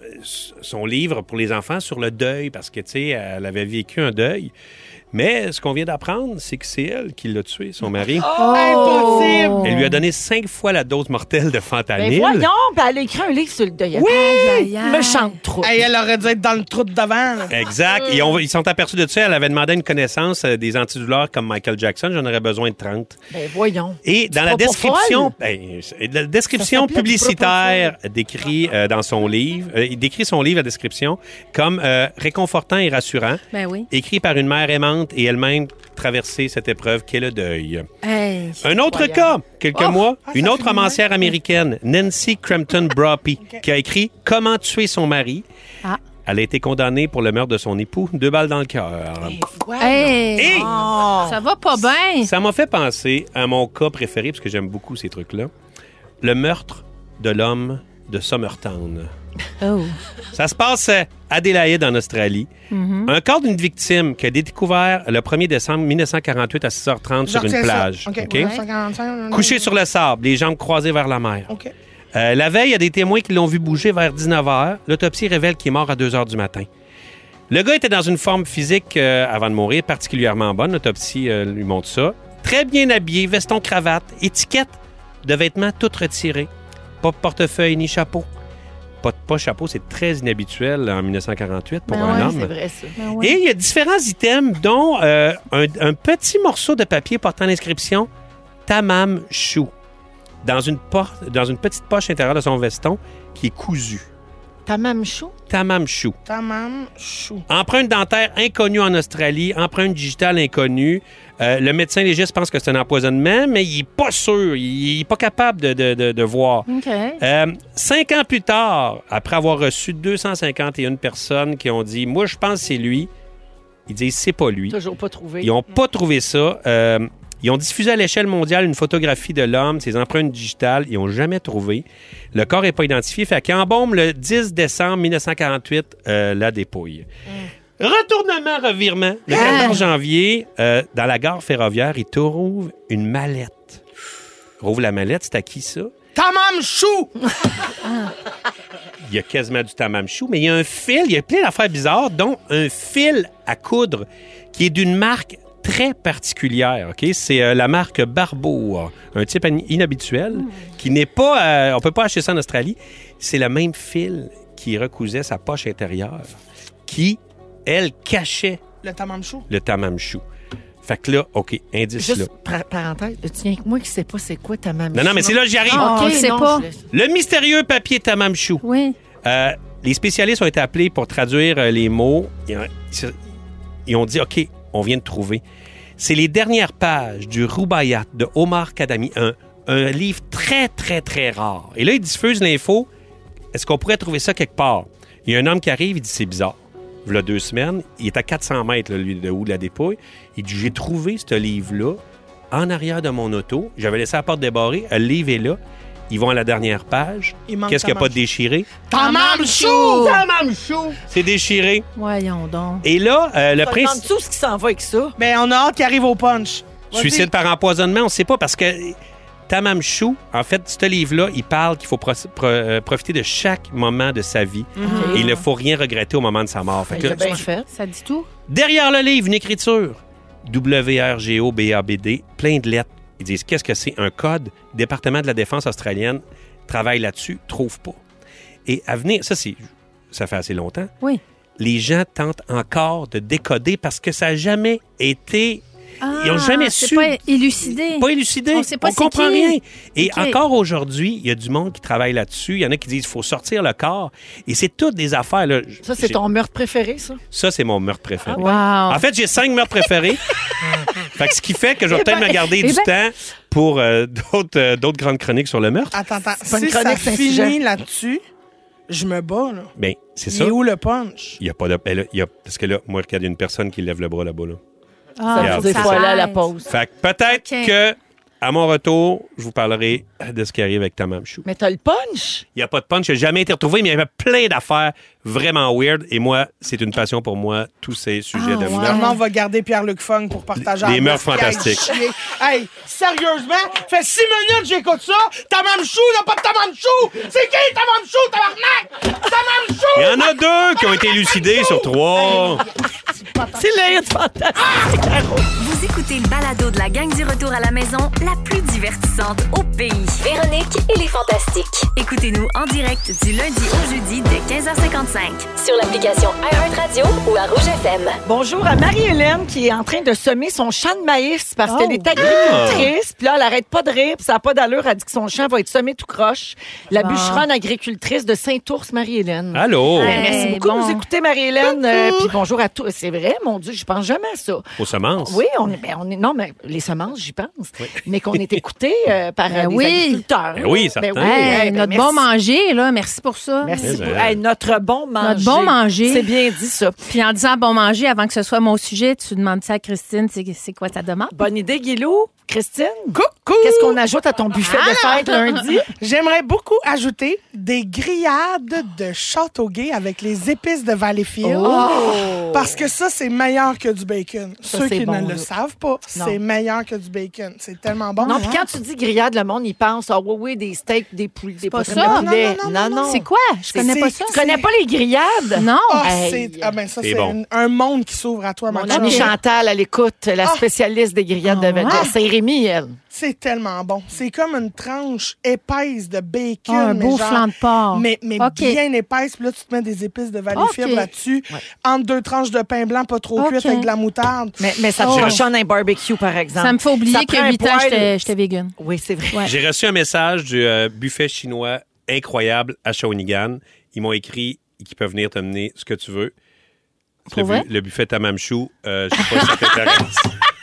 son livre pour les enfants sur le deuil, parce que, tu sais, elle avait vécu un deuil. Mais ce qu'on vient d'apprendre, c'est que c'est elle qui l'a tué, son mari. Impossible! Elle lui a donné 5 fois la dose mortelle de Ben fentanyl. voyons, puis elle a écrit un livre sur le deuil. Oui! Aïe, aïe. Méchante trop. Hey, elle aurait dû être dans le trou de devant. là. Exact. Ils sont aperçus de ça. Elle avait demandé une connaissance des antidouleurs comme Michael Jackson. J'en aurais besoin de 30. Ben voyons. Et dans C'est la pas pour description, folle. la description Ça s'appelait publicitaire décrit dans son livre, il décrit son livre, la description, comme réconfortant et rassurant, Ben oui. écrit par une mère aimante et elle-même traversé cette épreuve qu'est le deuil. Hey. Un autre Incroyable. cas, quelques mois, Ah, une ça autre fait romancière américaine, Nancy Crampton Broppy, qui a écrit « Comment tuer son mari ». Ah. Elle a été condamnée pour le meurtre de son époux, 2 balles dans le cœur. Hey. Et Ça va pas bien. ça m'a fait penser à mon cas préféré, parce que j'aime beaucoup ces trucs-là, le meurtre de l'homme de Somertown. Oh. Ça se passe à Adélaïde, en Australie. Un corps d'une victime qui a été découvert le 1er décembre 1948 à 6h30 sur une plage. OK. OK? 145, Couché sur le sable, les jambes croisées vers la mer. OK. La veille, il y a des témoins qui l'ont vu bouger vers 19h. L'autopsie révèle qu'il est mort à 2h du matin. Le gars était dans une forme physique avant de mourir, particulièrement bonne. L'autopsie lui montre ça. Très bien habillé, veston, cravate, étiquette de vêtements toutes retirées. Pas portefeuille ni chapeau. Pas chapeau, c'est très inhabituel en 1948 pour un homme. C'est vrai, ça. Et il y a différents items, dont un petit morceau de papier portant l'inscription « Tamam Chou » dans une petite poche intérieure de son veston qui est cousue. Tamam Chou? Tamam Chou. Tamam Chou. Empreinte dentaire inconnue en Australie, empreinte digitale inconnue. Le médecin légiste pense que c'est un empoisonnement, mais il n'est pas sûr. Il n'est pas capable de voir. OK. 5 ans plus tard, après avoir reçu 251 personnes qui ont dit « Moi, je pense que c'est lui », ils disent « C'est pas lui ». Toujours pas trouvé. Ils n'ont pas trouvé ça. Ils ont diffusé à l'échelle mondiale une photographie de l'homme, ses empreintes digitales. Ils n'ont jamais trouvé. Le corps n'est pas identifié. Fait qu'ils embaument le 10 décembre 1948 la dépouille. Retournement, revirement. Le 14 janvier, dans la gare ferroviaire, ils trouvent une mallette. Rouvre la mallette, c'est à qui ça? Tamam Chou! Il y a quasiment du tamam chou, mais il y a un fil, il y a plein d'affaires bizarres, dont un fil à coudre qui est d'une marque très particulière, OK? C'est la marque Barbour, un type inhabituel qui n'est pas... on peut pas acheter ça en Australie. C'est le même fil qui recousait sa poche intérieure qui, elle, cachait Le Tamam Chou. le tamam chou. Fait que là, OK, indice là. Juste, parenthèse, tu viens que moi qui sais pas c'est quoi Tamam Chou? Non, mais c'est là que j'y arrive. Ah, OK, c'est non, pas. Le mystérieux papier tamam chou. Oui. Les spécialistes ont été appelés pour traduire les mots. Ils ont dit, OK, on vient de trouver. C'est les dernières pages du Rubaiyat de Omar Khayyami, un livre très, très, très rare. Et là, ils diffusent l'info. Est-ce qu'on pourrait trouver ça quelque part? Il y a un homme qui arrive, il dit, c'est bizarre. Il y a 2 semaines, il est à 400 mètres, là, lui, de où de la dépouille. Il dit, j'ai trouvé ce livre-là en arrière de mon auto. J'avais laissé la porte débarrée. Le livre est là. Ils vont à la dernière page. Il manque Qu'est-ce qu'il n'y a pas Tamam de déchiré? Tamam Chou! Tamam Chou! C'est déchiré. Voyons donc. Et là, le On prince... demande tout ce qui s'en va avec ça. Ben, on a hâte qu'il arrive au punch. Vas-y. Suicide par empoisonnement, on ne sait pas parce que Tamam Chou, en fait, ce livre-là, il parle qu'il faut profiter de chaque moment de sa vie. Et il ne faut rien regretter au moment de sa mort. Fait que Il là, a bien fait. Ça dit tout? derrière le livre, une écriture. WRGOBABD, plein de lettres. Ils disent, qu'est-ce que c'est? Un code. Département de la Défense australienne travaille là-dessus, trouve pas. Et à venir, ça fait assez longtemps. Oui. Les gens tentent encore de décoder parce que ça n'a jamais été... Ils n'ont jamais c'est su. pas élucidé. Pas élucidé. On sait pas c'est comprend qui. rien. Et OK. encore aujourd'hui, il y a du monde qui travaille là-dessus. Il y en a qui disent qu'il faut sortir le corps. Et c'est toutes des affaires. Là. Ça, c'est ton meurtre préféré, ça? Ça, c'est mon meurtre préféré. Wow. En fait, j'ai 5 meurtres préférés. Fait que ce qui fait que je vais peut-être me garder du temps pour d'autres grandes chroniques sur le meurtre. Attends. pas une Si ça chronique Saint-Sujet. finit là-dessus, je me bats, là. Bien, c'est Il ça. est où le punch? Il n'y a pas de... parce que là, moi, regarde, il y a une personne qui lève le bras là-bas. Là. Ah, Ça Regarde, veut dire c'est faut ça. aller à la pause. Fait que peut-être OK. que, à mon retour, je vous parlerai de ce qui arrive avec Tamam Chou. Mais t'as le punch? Il n'y a pas de punch, il n'a jamais été retrouvé, mais il y avait plein d'affaires vraiment weird. Et moi, c'est une passion pour moi, tous ces sujets de ouais. meurtre. Normalement, on va garder Pierre-Luc Funk pour partager Les en meurtres neuf, fantastiques. chier. Hey, sérieusement, fait 6 minutes que j'écoute ça. Tamam Chou, il n'y a pas de Tamam Chou. C'est qui Tamam Chou, tabarnak? Tamam Chou! Il y en a 2 qui ont été élucidés sur 3. C'est l'air fantastique. Vous écoutez le balado de la gang du retour à la maison, la plus divertissante au pays. Véronique et les Fantastiques. Écoutez-nous en direct du lundi au jeudi dès 15h55 sur l'application iHeartRadio ou à Rouge FM. Bonjour à Marie-Hélène qui est en train de semer son champ de maïs parce Oh. qu'elle est agricultrice. Puis là, elle arrête pas de rire, puis ça n'a pas d'allure. Elle dit que son champ va être semé tout croche. La Bon. bûcheronne agricultrice de Saint-Ours, Marie-Hélène. Allô? Ouais. Merci beaucoup bon. de nous écouter, Marie-Hélène. Puis bonjour à tous. C'est vrai, mon Dieu, je pense jamais à ça. Aux semences? Oui, on est. Non, mais les semences, j'y pense. Mais qu'on est écouté par Ben des oui. agriculteurs. Ben oui, certain. Hey, ben notre merci. bon manger, là, merci pour ça. Merci Mais beaucoup. ben. Hey, notre bon manger. Notre bon manger. C'est bien dit, ça. Puis en disant bon manger, avant que ce soit mon sujet, tu demandes ça à Christine, c'est quoi ta demande? Bonne idée, Guilou. Christine? Coucou! Qu'est-ce qu'on ajoute à ton buffet de fête lundi? J'aimerais beaucoup ajouter des grillades de Châteauguay avec les épices de Valleyfield. Oh! Parce que ça c'est meilleur que du bacon. Ça, Ceux c'est qui bon, ne là. le savent pas, Non. c'est meilleur que du bacon. C'est tellement bon. Non, puis quand tu dis grillade, le monde, il pense, oui, des steaks, des poulets, des pas poitrines ça. de poulet. Non. C'est quoi? Je connais pas ça. Tu connais pas les grillades? Non. Hey. Ça, C'est c'est bon. un monde qui s'ouvre à toi, Mon ma amie chum. Chantal, elle écoute, la spécialiste des grillades de Saint-Rémy, elle. C'est tellement bon. C'est comme une tranche épaisse de bacon. Un mais beau genre- flanc de porc. Mais OK. bien épaisse. Puis là, tu te mets des épices de Valleyfield OK. là-dessus. Entre 2 tranches de pain blanc pas trop OK. cuites avec de la moutarde. Mais ça te cochonne un barbecue, par exemple. Ça me fait oublier Ça que prend un 8 ans, poêle. j'étais vegan. Oui, c'est vrai. Ouais. J'ai reçu un message du buffet chinois incroyable à Shawinigan. Ils m'ont écrit qu'ils peuvent venir te mener ce que tu veux. Pour vrai? Le buffet Tamamchou. Je sais pas si ça t'intéresse.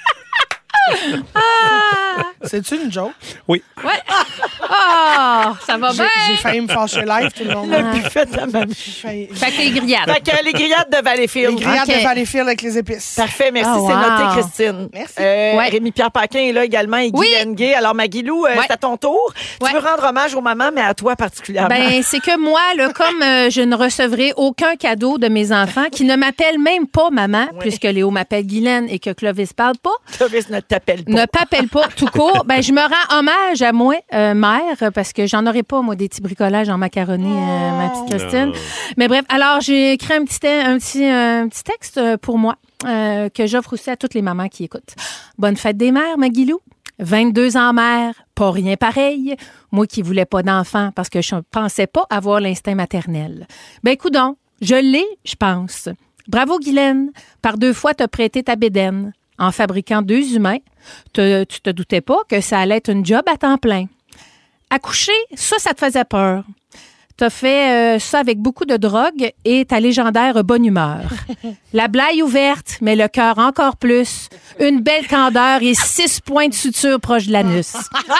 C'est-tu une joke? Oui. Ouais. Oh, ça va bien. J'ai failli me fâcher live, tout le monde. Le buffet de la même. J'ai failli- Fait que les grillades. Fait que les grillades de Valleyfield. Les grillades OK. de Valleyfield avec les épices. Parfait, merci, Ah, c'est wow. noté, Christine. Merci. Ouais. Rémi-Pierre Paquin est là également et Guy Oui. Lenguet. Alors, Maguilou, Ouais. c'est à ton tour. Ouais. Tu veux rendre hommage aux mamans, mais à toi particulièrement. Ben, c'est que moi, là, comme je ne recevrai aucun cadeau de mes enfants, qui ne m'appellent même pas maman, puisque Léo m'appelle Guylaine et que Clovis parle pas, Clovis ne t'appelle pas. ne t'appelle pas tout court, ben, je me rends hommage à moi, mère, parce que j'en aurais pas, moi, des petits bricolages en macaroni, ma petite Christine. Non. Mais bref, alors, j'ai écrit un petit texte pour moi, que j'offre aussi à toutes les mamans qui écoutent. Bonne fête des mères, Maguilou. 22 ans mère, pas rien pareil. Moi qui voulais pas d'enfant parce que je pensais pas avoir l'instinct maternel. Ben, coudonc, je l'ai, je pense. Bravo, Guylaine. Par 2 fois, t'as prêté ta bédaine. En fabriquant 2 humains, tu te doutais pas que ça allait être une job à temps plein. Accoucher, ça te faisait peur. T'as fait ça avec beaucoup de drogue et ta légendaire bonne humeur. La blague ouverte, mais le cœur encore plus. Une belle candeur et 6 points de suture proche de l'anus.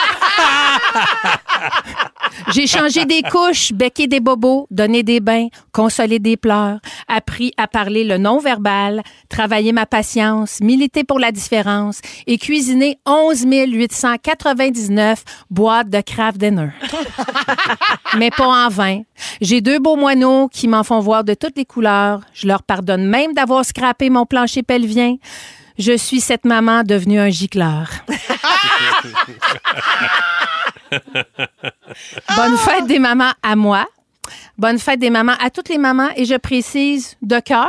J'ai changé des couches, becqué des bobos, donné des bains, consolé des pleurs, appris à parler le non-verbal, travaillé ma patience, milité pour la différence et cuisiné 11 899 boîtes de Kraft Dinner. Mais pas en vain. J'ai 2 beaux moineaux qui m'en font voir de toutes les couleurs. Je leur pardonne même d'avoir scrappé mon plancher pelvien. Je suis cette maman devenue un gicleur. Bonne fête des mamans à moi. Bonne fête des mamans à toutes les mamans. Et je précise de cœur,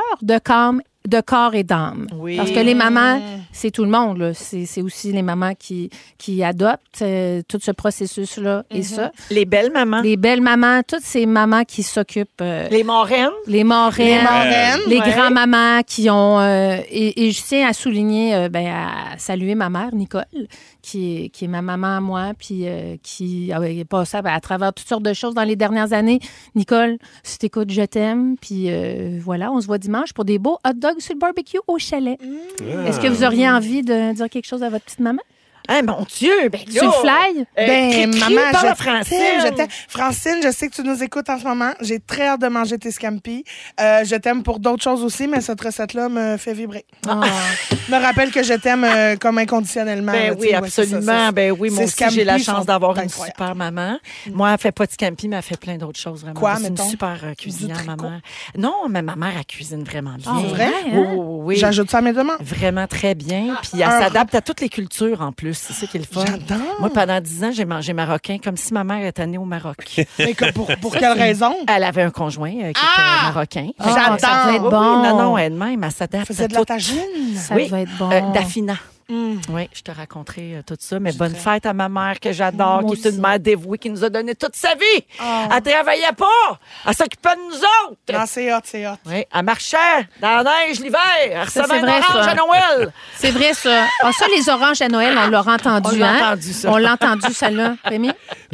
de corps et d'âme. Oui. Parce que les mamans, c'est tout le monde. Là. C'est aussi les mamans qui adoptent tout ce processus-là et ça. Les belles mamans. Les belles mamans, toutes ces mamans qui s'occupent. Les moraines. Les marraines, les ouais. grands-mamans qui ont... et je tiens à souligner, à saluer ma mère, Nicole, qui est ma maman à moi, puis qui est passée à travers toutes sortes de choses dans les dernières années. Nicole, si t'écoutes, je t'aime. Puis voilà, on se voit dimanche pour des beaux hot dogs sur le barbecue au chalet. Est-ce que vous auriez envie de dire quelque chose à votre petite maman? Hein, mon Dieu! Ben, Sur le fly? Maman, je Francine. Francine, je sais que tu nous écoutes en ce moment. J'ai très hâte de manger tes scampi. Je t'aime pour d'autres choses aussi, mais cette recette-là me fait vibrer. Me rappelle que je t'aime comme inconditionnellement. Ben là, oui, ouais, absolument. c'est ça. Ben oui, moi Ces aussi, scampi j'ai la sont chance d'avoir une incroyables. super maman. Moi, elle fait pas de scampi, mais elle fait plein d'autres choses, vraiment. Quoi, C'est une mettons? super cuisinière, Du tricot? maman. Non, mais ma mère, elle cuisine vraiment bien. Ah, vrai? Oui, oui, oui. J'ajoute ça à mes demandes. Vraiment très bien. Puis elle s'adapte à toutes les cultures en plus. C'est ça qui est le fun. J'adore. Moi, pendant 10 ans, j'ai mangé marocain comme si ma mère était née au Maroc. Mais pour quelle raison? Elle avait un conjoint qui était marocain. J'adore. Ça devait être Oui, bon. oui, non, elle-même, elle s'adapte Faisait à de la tout. tagine. Ça Oui, devait être bon. Daphina. Oui, je te raconterai tout ça. Mais bonne fête à ma mère que j'adore, Moi qui est une aussi. mère dévouée, qui nous a donné toute sa vie. Elle travaillait pas. Elle s'occupait de nous autres. Non, c'est hot, c'est hot. Oui, elle marchait dans la neige l'hiver. Elle Ça, recevait c'est un vrai, orange ça. à Noël. C'est vrai, ça. Ah, ça, les oranges à Noël, on l'a entendu. On l'a hein? entendu, ça. On l'a entendu, celle-là. Rémi?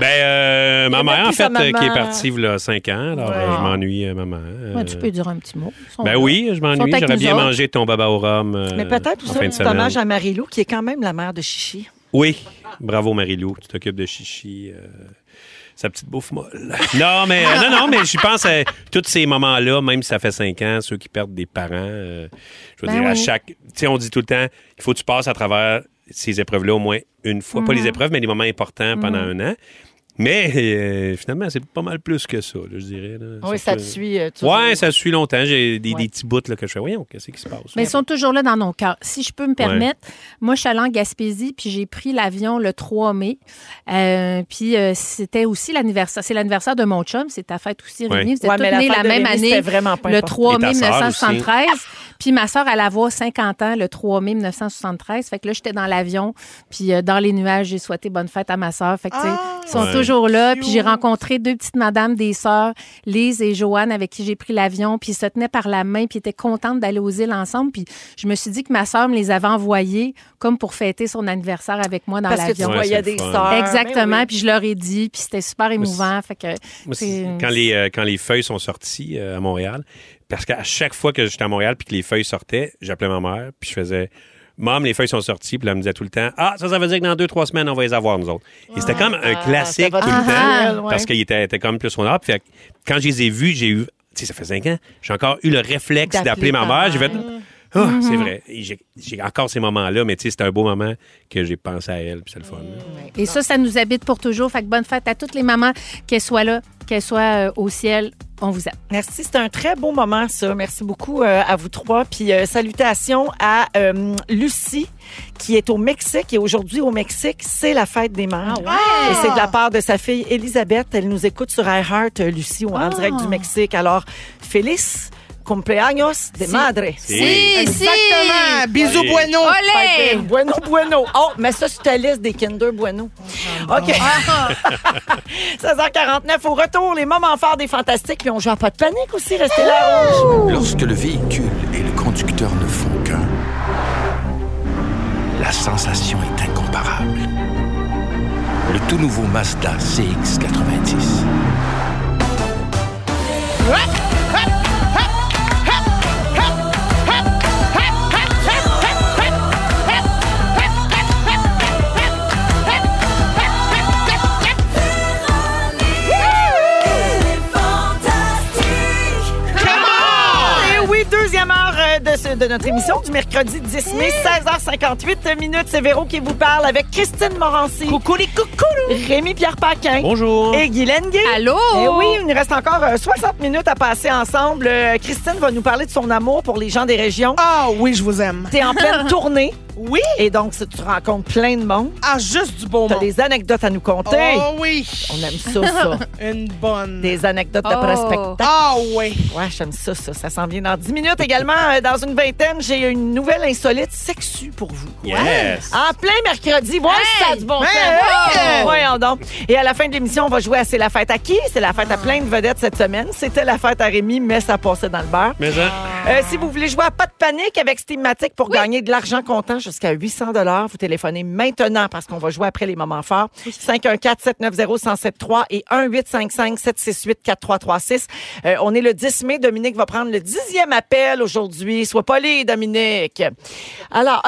Ben, ma mère, en plus sa fait, qui est maman. partie il y a 5 ans. Alors, je m'ennuie, maman. Ouais, tu peux dire un petit mot. Ils sont Ben là. oui, je Ils sont m'ennuie. avec J'aurais nous bien autres. mangé ton baba au rhum. Mais peut-être en aussi fin un de petit hommage semaine. à Marie-Lou, qui est quand même la mère de Chichi. Oui, bravo Marie-Lou, tu t'occupes de Chichi, sa petite bouffe molle. Non, mais j'y pense à tous ces moments-là, même si ça fait 5 ans, ceux qui perdent des parents. Je veux Ben dire, à oui. chaque... Tu sais, on dit tout le temps, il faut que tu passes à travers ces épreuves-là au moins une fois. Pas les épreuves, mais les moments importants pendant un an. Mais finalement, c'est pas mal plus que ça, là, je dirais. Là. Oui, ça te suit. Oui, ça suit longtemps. J'ai des petits bouts là, que je fais. Voyons, qu'est-ce qui se passe? Mais ils sont toujours là dans nos cœurs. Si je peux me permettre, moi, je suis allée en Gaspésie, puis j'ai pris l'avion le 3 mai. Puis c'était aussi l'anniversaire. C'est l'anniversaire de mon chum. C'est ta fête aussi, Rémi. Vous êtes toutes nés la même année, le 3 mai 1973. Puis ma soeur, elle avoir 50 ans le 3 mai 1973. Fait que là, j'étais dans l'avion. Puis dans les nuages, j'ai souhaité bonne fête à ma soeur. Fait que, ils sont toujours là. Puis j'ai rencontré 2 petites madames des sœurs, Lise et Joanne, avec qui j'ai pris l'avion. Puis ils se tenaient par la main. Puis ils étaient contentes d'aller aux îles ensemble. Puis je me suis dit que ma sœur me les avait envoyées comme pour fêter son anniversaire avec moi dans l'avion. Parce que tu voyais des sœurs. Exactement. Puis je leur ai dit. Puis c'était super émouvant. Fait que, quand les feuilles sont sorties à Montréal, parce qu'à chaque fois que j'étais à Montréal puis que les feuilles sortaient, j'appelais ma mère puis je faisais « Maman, les feuilles sont sorties. » Puis elle me disait tout le temps « Ah, ça veut dire que dans 2-3 semaines, on va les avoir, nous autres. » Et c'était comme un classique tout le temps parce qu'il était comme plus au nord. Puis quand je les ai vus, j'ai eu... Tu sais, ça fait 5 ans. J'ai encore eu le réflexe d'appeler ma mère. J'ai fait... c'est vrai. J'ai encore ces moments-là, mais tu sais, c'était un beau moment que j'ai pensé à elle, puis c'est le fun. Et ça nous habite pour toujours. Fait que bonne fête à toutes les mamans, qu'elles soient là, qu'elles soient au ciel. On vous aime. Merci, c'était un très beau moment, ça. Merci beaucoup à vous trois. Puis salutations à Lucie, qui est au Mexique. Et aujourd'hui, au Mexique, c'est la fête des mères. Et c'est de la part de sa fille Elisabeth. Elle nous écoute sur iHeart, Lucie, en direct du Mexique. Alors, feliz cumpleaños de madre. Exactement. Bisous, bueno. Olé! Bueno. Oh, mais ça, c'est ta liste des Kinder Bueno. OK. 16h49, au retour, les moments forts des Fantastiques. Puis on joue à pas de panique aussi, restez là. Lorsque le véhicule et le conducteur ne font qu'un, la sensation est incomparable. Le tout nouveau Mazda CX-90. Deuxième heure de notre émission du mercredi 10 mai, 16h58 minutes. C'est Véro qui vous parle avec Christine Morancy. Coucou les coucous. Rémi-Pierre Paquin. Bonjour. Et Guylaine Gay. Allô. Et oui, il nous reste encore 60 minutes à passer ensemble. Christine va nous parler de son amour pour les gens des régions. Ah oui, je vous aime. T'es en pleine tournée. Oui. Et donc, tu rencontres plein de monde. Ah, juste du beau monde. T'as des anecdotes à nous conter. Oh oui. On aime ça. Une bonne. Des anecdotes de prospectacles. Ah oui. Ouais, j'aime ça. Ça s'en vient dans 10 minutes également. Dans une vingtaine, j'ai une nouvelle insolite sexue pour vous. Yes. En plein mercredi. Voir si ça a du bon sens. Voyons donc. Et à la fin de l'émission, on va jouer à C'est la fête à qui? C'est la fête à plein de vedettes cette semaine. C'était la fête à Rémi, mais ça passait dans le beurre. Mais ça. Si vous voulez jouer à Pas de panique avec Steamatic pour gagner de l'argent comptant jusqu'à 800 $, vous téléphonez maintenant parce qu'on va jouer après les moments forts. 514-790-1073 et 1-855-768-4336. On est le 10 mai. Dominique va prendre le 10e appel aujourd'hui. Sois poli, Dominique. Alors,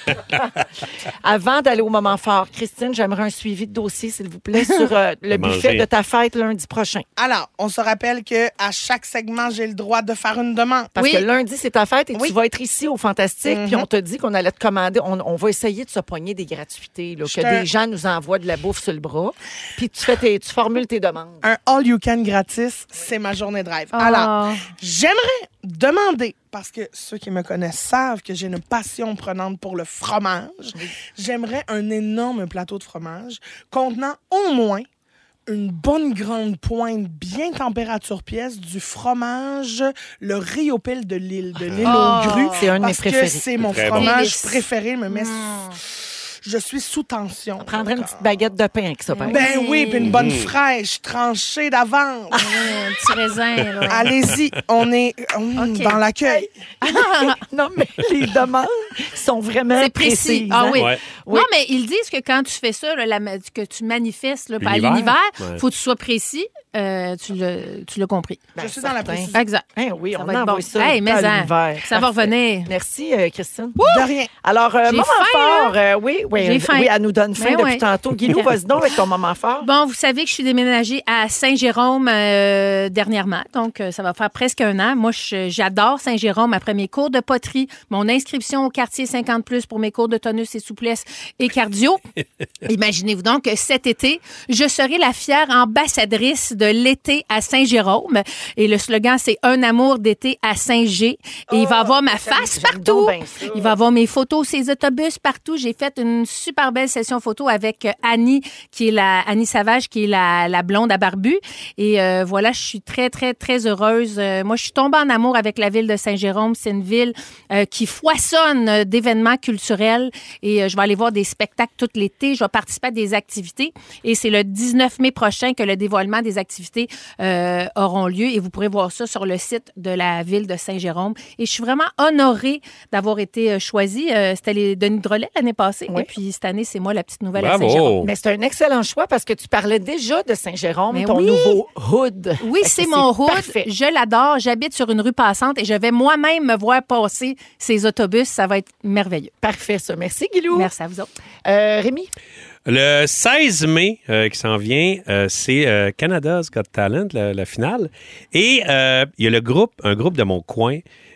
avant d'aller au moment fort, Christine, j'aimerais un suivi de dossier, s'il vous plaît, sur le buffet de ta fête lundi prochain. Alors, on se rappelle qu'à chaque segment, j'ai le droit de faire une demande. Parce que lundi, c'est ta fête et tu vas être ici au Fantastique. Puis on te dit qu'on allait te commander. On va essayer de se pogner des gratuités, là, que des gens nous envoient de la bouffe sur le bras. Puis tu formules tes demandes. Un all-you-can gratis, c'est ma journée de rêve. Alors, j'aimerais demander, parce que ceux qui me connaissent savent que j'ai une passion prenante pour le fromage, j'aimerais un énorme plateau de fromage contenant au moins une bonne grande pointe bien température pièce du fromage, le Rio Pile de l'île aux grues. C'est un de mes préférés. Parce que c'est mon fromage préféré. Me met... Je suis sous tension. On prendrait une petite baguette de pain avec ça, par Ben oui, puis une bonne fraîche, tranchée d'avance. Un petit raisin. Là. Allez-y, on est dans l'accueil. Non, mais les demandes sont vraiment précises. Ah oui. Ouais. Non, mais ils disent que quand tu fais ça, là, que tu manifestes là, à l'univers, il faut que tu sois précis. tu l'as compris. Je suis dans la précision. Exact. Oui, Ça on va être envoie bon. ça Hey, mais dans ça l'univers. va Parfait. revenir. Merci, Christine. De rien. Alors, moment faim, fort. Oui, J'ai faim. oui, elle nous donne faim Ben depuis ouais. tantôt. Guilou, vas-y donc avec ton moment fort. Bon, vous savez que je suis déménagée à Saint-Jérôme dernièrement, donc ça va faire presque un an. Moi, j'adore Saint-Jérôme. Après mes cours de poterie, mon inscription au quartier 50+ pour mes cours de tonus et souplesse et cardio. Imaginez-vous donc que cet été, je serai la fière ambassadrice de l'été à Saint-Jérôme. Et le slogan, c'est « Un amour d'été à Saint-Gé ». Et il va avoir ma face j'aime partout. donc bien ça. Il va avoir mes photos, ses autobus partout. J'ai fait une super belle session photo avec Annie Savage, qui est la blonde à barbu. Et voilà, je suis très, très, très heureuse. Moi, je suis tombée en amour avec la ville de Saint-Jérôme. C'est une ville qui foisonne d'événements culturels. Et je vais aller voir des spectacles tout l'été. Je vais participer à des activités. Et c'est le 19 mai prochain que le dévoilement des activités auront lieu. Et vous pourrez voir ça sur le site de la ville de Saint-Jérôme. Et je suis vraiment honorée d'avoir été choisie. C'était les Denis Drolet l'année passée. Oui. Et puis cette année, c'est moi la petite nouvelle Bravo. à Saint-Jérôme. Mais c'est un excellent choix parce que tu parlais déjà de Saint-Jérôme, Mais ton oui. nouveau hood. Oui, Fait que c'est mon hood. Parfait. Je l'adore. J'habite sur une rue passante et je vais moi-même me voir passer ces autobus. Ça va être merveilleux. Parfait, ça. Merci, Guilou. Merci à vous autres. Rémi? Le 16 mai qui s'en vient, c'est Canada's Got Talent, la finale. Et il y a un groupe de mon coin,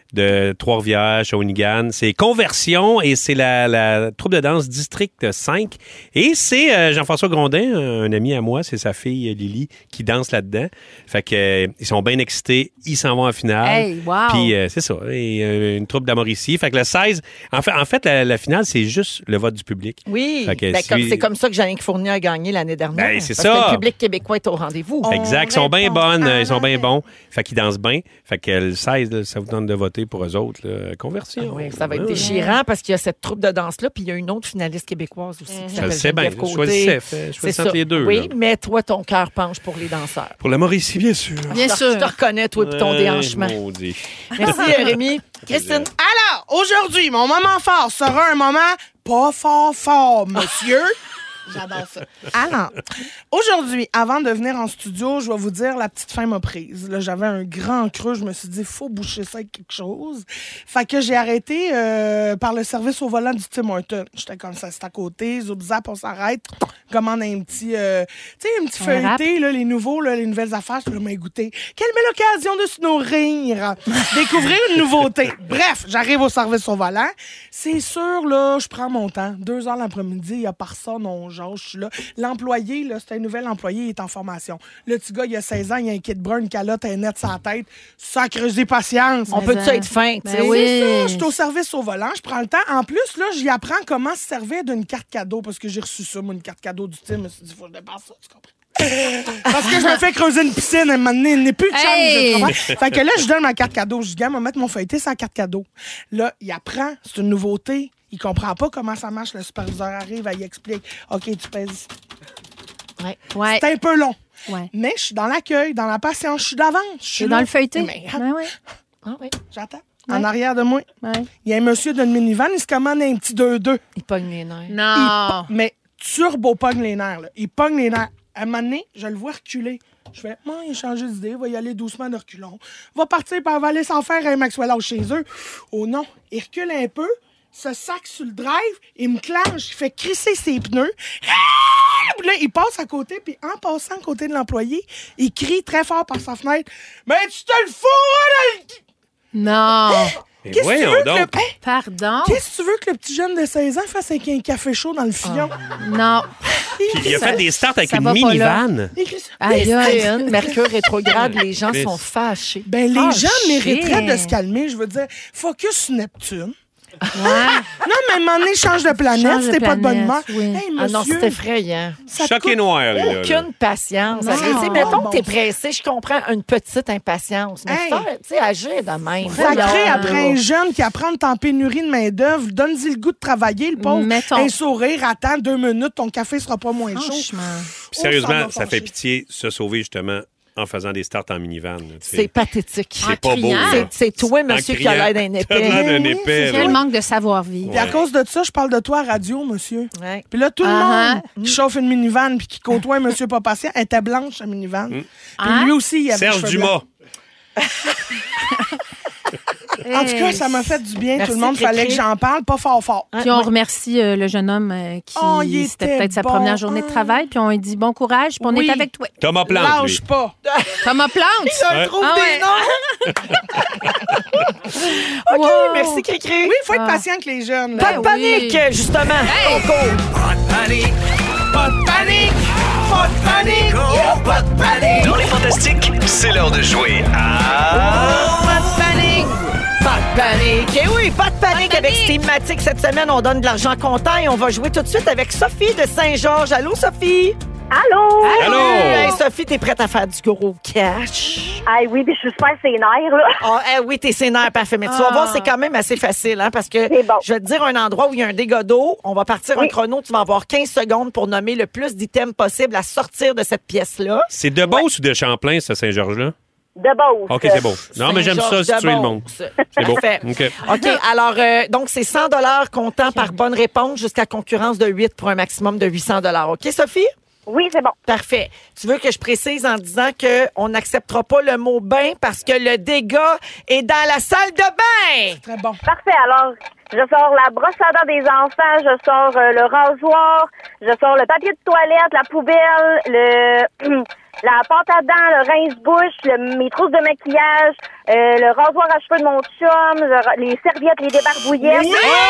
de Trois-Rivières, Shawinigan. C'est Conversion et c'est la troupe de danse District 5. Et c'est Jean-François Grondin, un ami à moi, c'est sa fille Lily qui danse là-dedans. Fait que ils sont bien excités, ils s'en vont en finale. Hey, wow! Puis c'est ça, et, une troupe d'Amorici. Fait que le 16, en fait la finale, c'est juste le vote du public. Oui. Fait que C'est comme ça que Jannick Fournier a gagné l'année dernière. Ben, c'est parce ça. que le public québécois est au rendez-vous. Exact, ils sont bien répond bonnes, à ils sont bien la bons. Fait qu'ils dansent bien. Fait que le 16, là, ça vous tente de voter pour eux autres. Là. Conversion. Oui, ça va être déchirant parce qu'il y a cette troupe de danse-là, puis il y a une autre finaliste québécoise aussi qui Je s'appelle le sais bien. Geneviève Côté. Choisissez C'est entre ça. les deux. Oui, là. mais toi, ton cœur penche pour les danseurs. Pour la Mauricie, bien sûr. Bien sûr. Je te reconnais, toi, puis ton déhanchement. Maudit. Merci, Rémi. Christine? Alors, aujourd'hui, mon moment fort sera un moment pas fort, monsieur. J'adore ça. Alors, aujourd'hui, avant de venir en studio, je vais vous dire, la petite faim m'a prise. Là, j'avais un grand creux. Je me suis dit, il faut boucher ça avec quelque chose. Fait que j'ai arrêté par le service au volant du Tim Hortons. J'étais comme ça, c'est à côté. Zoup zap, on s'arrête. Commande un petit, tu sais, un petit feuilleté, là, les nouveaux, là, les nouvelles affaires. Je peux goûter. Quelle belle occasion de se nourrir. Découvrir une nouveauté. Bref, j'arrive au service au volant. C'est sûr, là, je prends mon temps. 2h l'après-midi, il n'y a personne, on jase, je suis là. L'employé, là, c'est un nouvel employé, il est en formation. Le petit gars, il a 16 ans, il a un kit brun, une calotte, un net sur la tête. Sacrez patience. On peut-tu être fin, tu sais? Ben oui. C'est ça, je suis au service au volant, je prends le temps. En plus, là, j'y apprends comment se servir d'une carte cadeau, parce que j'ai reçu ça, moi, une carte cadeau du team. Je me suis dit, faut que je dépasse ça, tu comprends? Parce que je me fais creuser une piscine, à un moment donné, il n'est plus de chance. Hey! Fait que là, je donne ma carte cadeau. Je dis, gars, on va mettre mon feuilleté sur la carte cadeau. Là, il apprend, c'est une nouveauté. Il comprend pas comment ça marche. Le superviseur arrive, il explique. OK, tu pèses ici. Ouais. C'est un peu long. Ouais. Mais je suis dans l'accueil, dans la patience, je suis d'avance. Je suis C'est là. dans le feuilleté. Mais, Ben ouais. Ah oui. j'attends. Ouais. En arrière de moi, Ouais. il y a un monsieur d'une minivan, il se commande un petit 2-2. Il pogne les nerfs. Non. Mais turbo pogne les nerfs. Là. Il pogne les nerfs. À un moment donné, je le vois reculer. Je fais, il a changé d'idée, il va y aller doucement de reculons. Va partir par aller sans faire un Maxwell House chez eux. Oh non, il recule un peu, se sac sur le drive, il me clenche, il fait crisser ses pneus. Puis là, il passe à côté, puis en passant à côté de l'employé, il crie très fort par sa fenêtre, « Mais tu te le fous, là! Non. Et Qu'est-ce que tu voyons veux que donc. le... Pardon. Qu'est-ce que tu veux que le petit jeune de 16 ans fasse avec un café chaud dans le fillon? Non. Puis il a fait des starts avec ça une va pas là. minivan. Il crie ça. Aïe, aïe. Christine, Mercure rétrograde, les gens Chris. sont fâchés. Ben, les gens shit. mériteraient de se calmer. Je veux dire, focus Neptune. Ouais. Non, mais à un moment donné, change de planète, Change de si t'es pas de bonne humeur. planète, oui. Hey, Ah non, monsieur, c'est effrayant. ça te Choc et coûte- noir, là. Aucune patience. Non. Tu sais, mettons Bon que t'es sang. pressé, je comprends une petite impatience. Mais Hey. faire, tu sais, agir de même. Sacré Voyons, après un là. jeune qui apprend en pénurie de main-d'œuvre, donne-y le goût de travailler, le pauvre. Mettons. Un sourire, attends 2 minutes, ton café sera pas moins chaud. Franchement. Puis sérieusement, Oh, ça ça m'a fait fâché. pitié se sauver justement en faisant des starts en minivan. C'est pathétique. C'est pas beau. C'est toi, monsieur, qui a l'air d'un épais. Quel manque de savoir-vivre. Puis à cause de ça, je parle de toi à radio, monsieur. Ouais. Puis là, tout le monde qui chauffe une minivan puis qui côtoie un monsieur pas patient, elle était blanche, la minivan. Puis lui aussi, il avait Serge les cheveux Dumas. En tout cas, ça m'a fait du bien. Merci, Tout le monde, fallait que j'en parle, pas fort. Puis on remercie le jeune homme qui, c'était peut-être sa première journée de travail, puis on lui dit bon courage, puis on est avec toi. Thomas Plante, Lâche lui. pas. Thomas Plante! Il trouve des noms. OK, merci, Cricri. Oui, il faut être patient avec les jeunes. Pas de panique, justement. Pas de panique, pas de panique, pas de panique, oh, pas de panique. Dans les Fantastiques, c'est l'heure de jouer à... Pas de panique. Pas de panique. Et oui, pas de panique avec Steamatic. Cette semaine, on donne de l'argent comptant et on va jouer tout de suite avec Sophie de Saint-Georges. Allô, Sophie? Allô? Allô? Hey, Sophie, t'es prête à faire du gros cash? Ah oui, puis je suis super sénère, là. Ah, oui, t'es sénère, parfait. Mais tu vas voir, c'est quand même assez facile, hein, parce que C'est bon. je vais te dire un endroit où il y a un dégât d'eau. On va partir un chrono. Tu vas avoir 15 secondes pour nommer le plus d'items possible à sortir de cette pièce-là. C'est de Beauce ou de Champlain, ce Saint-Georges-là? De Beauce. OK, c'est beau. Non, mais j'aime ça, situer le monde. C'est beau. Parfait. OK. OK, alors, donc, c'est 100 comptant par bonne réponse jusqu'à concurrence de 8 pour un maximum de 800 OK, Sophie? Oui, c'est bon. Parfait. Tu veux que je précise en disant qu'on n'acceptera pas le mot bain parce que le dégât est dans la salle de bain. Très bon. Parfait. Alors, je sors la brosse à dents des enfants, je sors le rasoir, je sors le papier de toilette, la poubelle, la pâte à dents, le rince-bouche, mes trousses de maquillage, le rasoir à cheveux de mon chum, les serviettes, les débarbouillettes.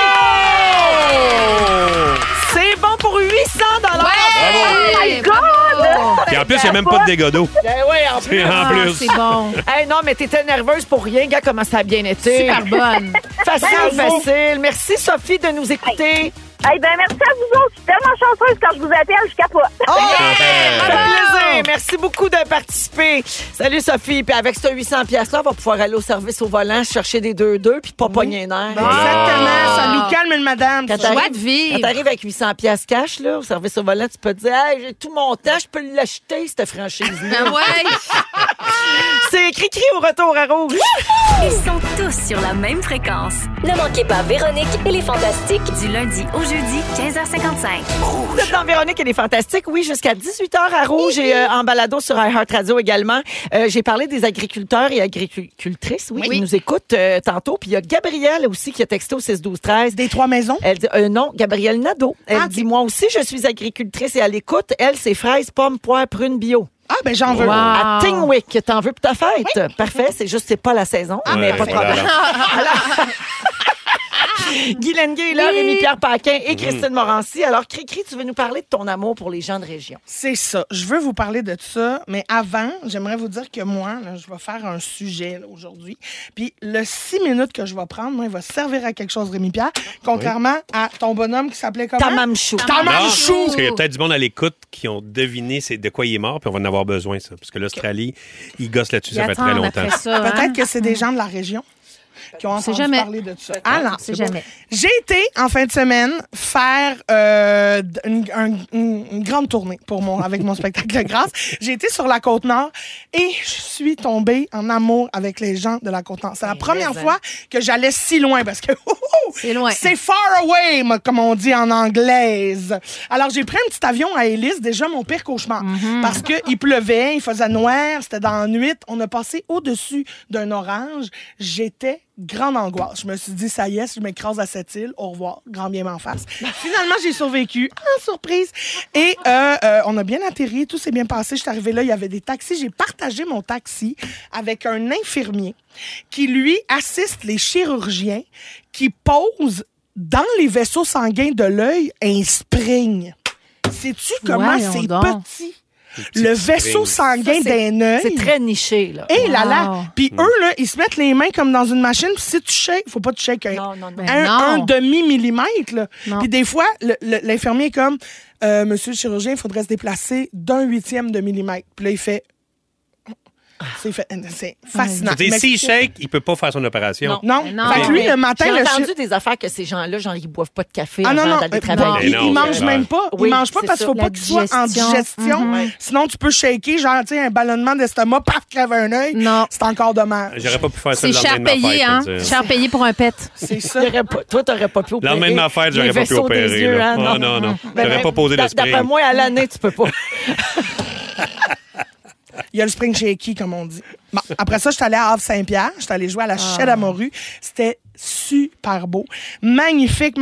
C'est bon pour 800 Oh my God! Et en plus, il n'y a même pas de dégâts d'eau. Ben oui, en plus. En plus. C'est bon. Hey, non, mais t'étais nerveuse pour rien. Gars, comment ça a bien été. Super bonne. Facile. Merci, Sophie, de nous écouter. Eh bien, merci à vous autres. Je suis tellement chanceuse quand je vous appelle, je capote. Oh, ça fait plaisir. Merci beaucoup de participer. Salut, Sophie. Puis avec ce 800$-là, on va pouvoir aller au service au volant, chercher des 2-2 puis pas pogner un nerf. Exactement. Ça nous calme, madame. Quand Joie de vivre. Quand t'arrives avec 800$ cash, là, au service au volant, tu peux te dire, hey, j'ai tout mon temps, je peux l'acheter, cette franchise-là. Ah ouais. C'est Cricri au retour à Rouge. Ils sont tous sur la même fréquence. Ne manquez pas Véronique et les Fantastiques du lundi au jeudi, 15h55. Vous êtes dans Véronique et les Fantastiques, oui, jusqu'à 18h à Rouge et en balado sur iHeartRadio également. J'ai parlé des agriculteurs et agricultrices, qui nous écoutent tantôt. Puis il y a Gabrielle aussi qui a texté au 6-12-13. Des Trois Maisons? Elle dit, non, Gabrielle Nadeau. Elle dit, moi aussi, je suis agricultrice et à l'écoute. Elle, c'est fraises, pommes, poires, prunes bio. Ah, ben j'en veux. Wow. À Tingwick, t'en veux pour ta fête? Parfait, c'est juste, c'est pas la saison, mais pas de problème. Alors, Guy Lenguet est là, Rémi-Pierre Paquin et Christine Morancy. Alors, Cricri, tu veux nous parler de ton amour pour les gens de région? C'est ça. Je veux vous parler de ça, mais avant, j'aimerais vous dire que moi, là, je vais faire un sujet là, aujourd'hui. Puis le 6 minutes que je vais prendre, moi, il va servir à quelque chose, Rémi-Pierre, contrairement à ton bonhomme qui s'appelait comment? Tamamchou. Tamamchou! Parce qu'il y a peut-être du monde à l'écoute qui ont deviné de quoi il est mort, puis on va en avoir besoin, ça. Parce que l'Australie, ils gossent là-dessus, ça fait très longtemps. Peut-être que c'est des gens de la région qui ont entendu parler de ça. Alors, C'est jamais. j'ai été, en fin de semaine, faire une grande tournée avec mon spectacle de grâce. J'ai été sur la Côte-Nord et je suis tombée en amour avec les gens de la Côte-Nord. C'est la première fois que j'allais si loin parce que C'est loin. c'est far away, comme on dit en anglaise. Alors, j'ai pris un petit avion à Hélice, déjà mon pire cauchemar. Parce qu'il pleuvait, il faisait noir, c'était dans la nuit. On a passé au-dessus d'un orage. J'étais grande angoisse. Je me suis dit, ça y est, je m'écrase à cette île. Au revoir, grand bien m'en face. Finalement, j'ai survécu. Surprise! Et on a bien atterri, tout s'est bien passé. Je suis arrivée là, il y avait des taxis. J'ai partagé mon taxi avec un infirmier qui, lui, assiste les chirurgiens qui posent dans les vaisseaux sanguins de l'œil un spring. Sais-tu comment c'est petit? Le vaisseau sanguin d'un œil. C'est très niché, là. Et là là. Puis eux, là, ils se mettent les mains comme dans une machine. Puis si tu shakes, faut pas te shake un demi-millimètre. Là. Puis des fois, l'infirmier est comme, monsieur le chirurgien, il faudrait se déplacer d'1/8 de millimètre. Puis là, il fait... C'est fascinant. C'est s'il shake, il peut pas faire son opération. Non. Fait que lui, le matin, j'ai entendu des affaires que ces gens-là, genre, ils boivent pas de café non, avant d'aller travailler. Ils mangent même pas. Oui, ils mangent pas parce qu'il faut pas qu'ils soient en digestion. Sinon, tu peux shaker, genre, tu sais, un ballonnement d'estomac, paf, crève un œil. Non. C'est encore dommage. J'aurais pas pu faire ça C'est le cher lendemain de ma payé, fête. hein? pour dire. Cher payé pour un pet. C'est ça. Toi, t'aurais pas pu opérer. Le lendemain de ma fête, j'aurais pas pu opérer. Là. Oh, non. J'aurais pas posé le spring. D'après moi, à l'année, tu peux pas. Il y a le spring shaky, comme on dit. Bon, après ça, je suis allée à Havre-Saint-Pierre. Je suis allée jouer à la Chède à Morue. C'était super beau. Magnifique.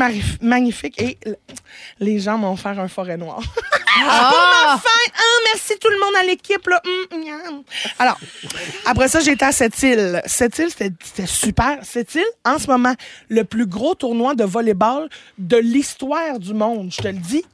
Et les gens m'ont offert un forêt noir. Pour ma fête! Merci tout le monde à l'équipe. Là. Alors, après ça, j'ai été à Sept-Îles. Sept-Îles, c'était super. Sept-Îles, en ce moment, le plus gros tournoi de volleyball de l'histoire du monde. Je te le dis,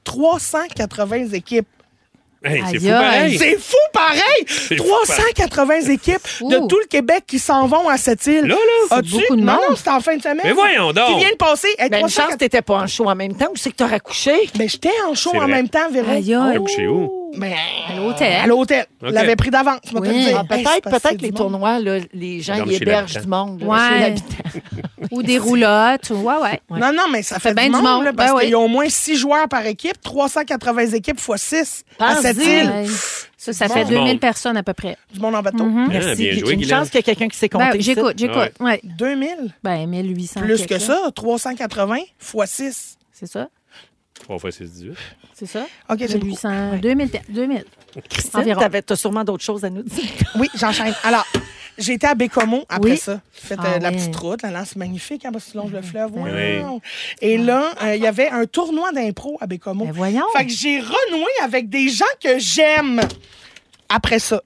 380 équipes. Hey, c'est Aïe, fou pareil. C'est fou pareil! 380 équipes de tout le Québec qui s'en vont à cette île. Là. As-tu? beaucoup de monde. Non, c'était en fin de semaine. Mais voyons donc. Qui vient de passer. Hey, Ben, une chance que t'étais pas en show en même temps ou c'est que t'aurais couché? Ben, j'étais en show C'est en vrai. même temps, Véro. Aïe, aïe. T'as couché où? Ben, À l'hôtel. À l'hôtel. OK. L'avais pris d'avance, moi, te le Oui. dire. Ah, Hey, c'est parce que peut-être c'est que les du monde. tournois, là, les gens Comme y chez hébergent l'habitant. du monde. là, Ouais. chez l'habitant. Ou des roulottes. Ouais. Non, mais ça fait bien du du monde, monde. là, parce Ben qu'il oui. y a au moins 6 joueurs par équipe, 380 équipes x 6 à Pense-y. cette île. Ouais. Ça Du fait monde. 2000 personnes à peu près. Du monde en bateau. Merci. bien Puis joué, une Guylaine. chance qu'il y a quelqu'un qui s'est compté. Ben, j'écoute. Ouais. 2000. Ben, 1800. Plus quelque que chose. ça, 380 x 6. C'est ça? 3 fois 6, 18. C'est ça? OK, c'est beaucoup. 1800. 2000. Christine, Environ. t'as sûrement d'autres choses à nous dire. Oui, j'enchaîne. Alors, j'ai été à Bécomo après Oui. ça. J'ai fait la oui. petite route. La lance magnifique, hein, parce que tu longes le fleuve. Wow. Oui. Et là, il y avait un tournoi d'impro à Bécomo. Ben voyons. Fait que j'ai renoué avec des gens que j'aime après ça.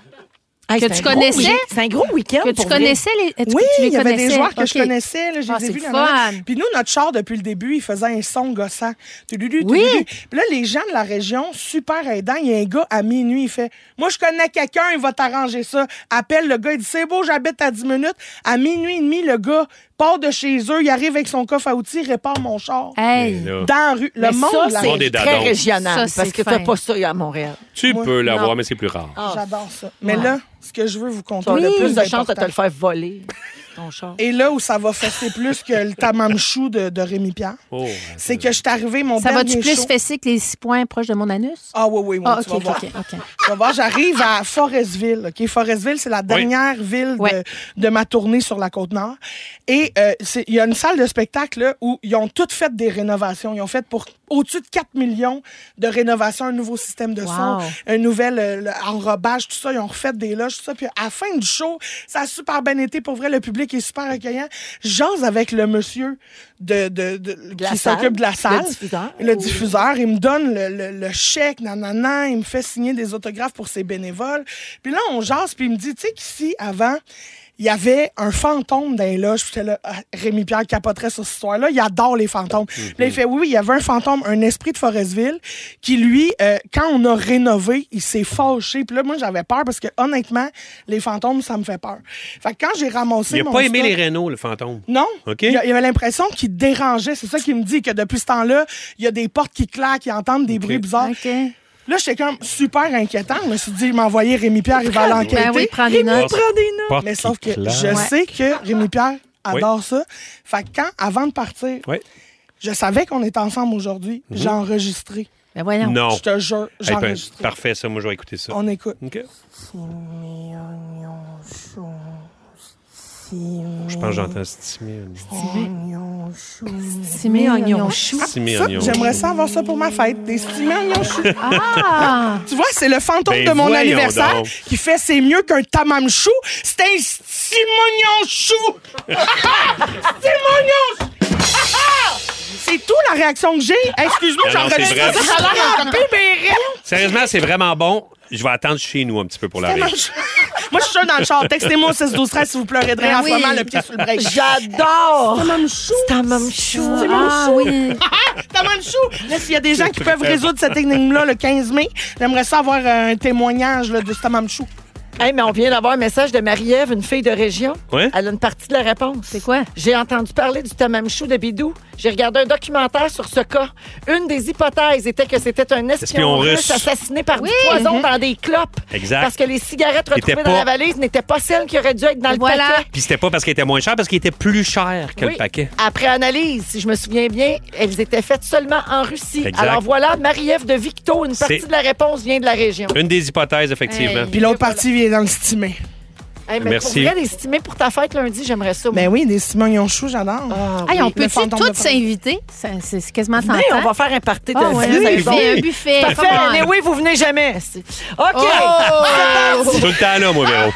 Hey, Que c'est tu un gros connaissais? week- C'est un gros week-end. Que tu pour vrai. connaissais les. Oui, tu les il y avait des connaissais? joueurs que je OK. connaissais. Là, je les ai C'est vus. le nanana. fun. Puis nous, notre char, depuis le début, il faisait un son gossant. Tudulu, Oui. tudulu. Puis là, les gens de la région, super aidants, il y a un gars à minuit, il fait « Moi, je connais quelqu'un, il va t'arranger ça. » Appelle le gars, il dit « C'est beau, j'habite à 10 minutes. » À minuit et demi, le gars part de chez eux, il arrive avec son coffre à outils, il répare mon char. Hey. Là, Dans la rue. Le Mais monde, ça, là, monde est c'est dadon. très régional. Ça, parce c'est que t'as fin. pas ça à Montréal. tu Moi, peux l'avoir, non. mais c'est plus rare. j'adore ça. Mais Ouais. là, ce que je veux vous conter, Tu as le le plus de plus chances de te important, le faire voler, ton char. et là où ça va fesser plus que le tamamchou de Rémi Pierre, Oh, c'est que je suis arrivé, mon Ça dernier va-tu plus show- fesser que les 6 points proches de mon anus? Ah oui, Ah, tu vas OK. voir. OK. Tu vas voir, j'arrive à Forestville. OK? Forestville, c'est la dernière ville Ouais. de ma tournée sur la Côte-Nord. Et il y a une salle de spectacle là, où ils ont toutes fait des rénovations. Ils ont fait pour au-dessus de 4 millions de rénovations, un nouveau système de son, Wow. un nouvel enrobage, tout ça. Ils ont refait des loges, tout ça. Puis à la fin du show, ça a super bien été. Pour vrai, le public est super accueillant. J'ose avec le monsieur la qui salle, s'occupe de la salle. le diffuseur. Le diffuseur, il me donne le chèque, nanana, il me fait signer des autographes pour ses bénévoles. Puis là, on jase, puis il me dit, tu sais qu'ici, avant, il y avait un fantôme dans les loges. Puis j'étais là, Rémi Pierre capoterait sur cette histoire-là. Il adore les fantômes. Puis là, il fait, oui, il y avait un fantôme, un esprit de Forestville, qui, lui, quand on a rénové, il s'est fâché. Puis là, moi, j'avais peur parce que, honnêtement, les fantômes, ça me fait peur. Fait que quand j'ai ramassé Il n'a mon pas aimé stock- les Renault, le fantôme. non. OK. Il y avait l'impression qu'il dérangeait. C'est ça qu'il me dit, que depuis ce temps-là, il y a des portes qui claquent, ils entendent des bruits bizarres. OK. Là, j'étais comme super inquiétant. Je me suis dit, m'envoyer Rémi Pierre, il va aller enquêter. Ben oui, prends des notes. Porte Mais sauf que qui claque. je sais que Rémi Pierre adore ça. Fait que avant de partir, Oui. je savais qu'on était ensemble aujourd'hui. J'ai enregistré. Ben voyons. Non. Je te jure, j'ai Hey, ben, enregistré. parfait, ça. Moi, je vais écouter ça. On écoute. OK. Je pense que j'entends stimer. Simé, oignon, chou. Stimer Ça, oignon. j'aimerais ça avoir ça pour ma fête. Des stimés oignons choux. Ah! Tu vois, c'est le fantôme Ben de mon voyons anniversaire donc. qui fait c'est mieux qu'un tamam chou. C'est un stimognon chou. Stimognon chou. C'est tout la réaction que j'ai. Excuse-moi, Ah non, j'enregistre c'est vrai. ça. Ça a l'air un peu béré. Sérieusement, c'est vraiment bon. Je vais attendre chez nous un petit peu pour la rire. Moi, je suis sûre dans le char. Textez-moi au 6-12-13 si vous pleurez de rire Ben en ce oui. moment, le pied sur le break. J'adore! Tamam chou. C'est un même chou. Ah oui. Tamam chou. Là, s'il y a des gens qui peuvent résoudre cette énigme-là le 15 mai, j'aimerais ça avoir un témoignage là, de ce tamam chou. Hey, mais on vient d'avoir un message de Marie-Ève, une fille de région. Ouais? Elle a une partie de la réponse. C'est quoi? J'ai entendu parler du tamamchou de Bidou. J'ai regardé un documentaire sur ce cas. Une des hypothèses était que c'était un espion russe assassiné par du poison dans des clopes. Exact. Parce que les cigarettes retrouvées dans la valise n'étaient pas celles qui auraient dû être dans le paquet. Puis c'était pas parce qu'il était moins cher, parce qu'il était plus cher que le paquet. Après analyse, si je me souviens bien, elles étaient faites seulement en Russie. Exact. Alors voilà, Marie-Ève de Victo, une partie de la réponse vient de la région. Une des hypothèses, effectivement. Puis l'autre partie vient dans le stimé. Hey, mais Merci. pour vrai, les stimés pour ta fête lundi, j'aimerais ça. Ben oui, des stimons chou, j'adore. Hey, on peut-tu tous s'inviter? C'est quasiment tentant. On va faire un party de un buffet. Parfait, mais oui, vous venez jamais. OK. Tout le temps là, moi, Véro.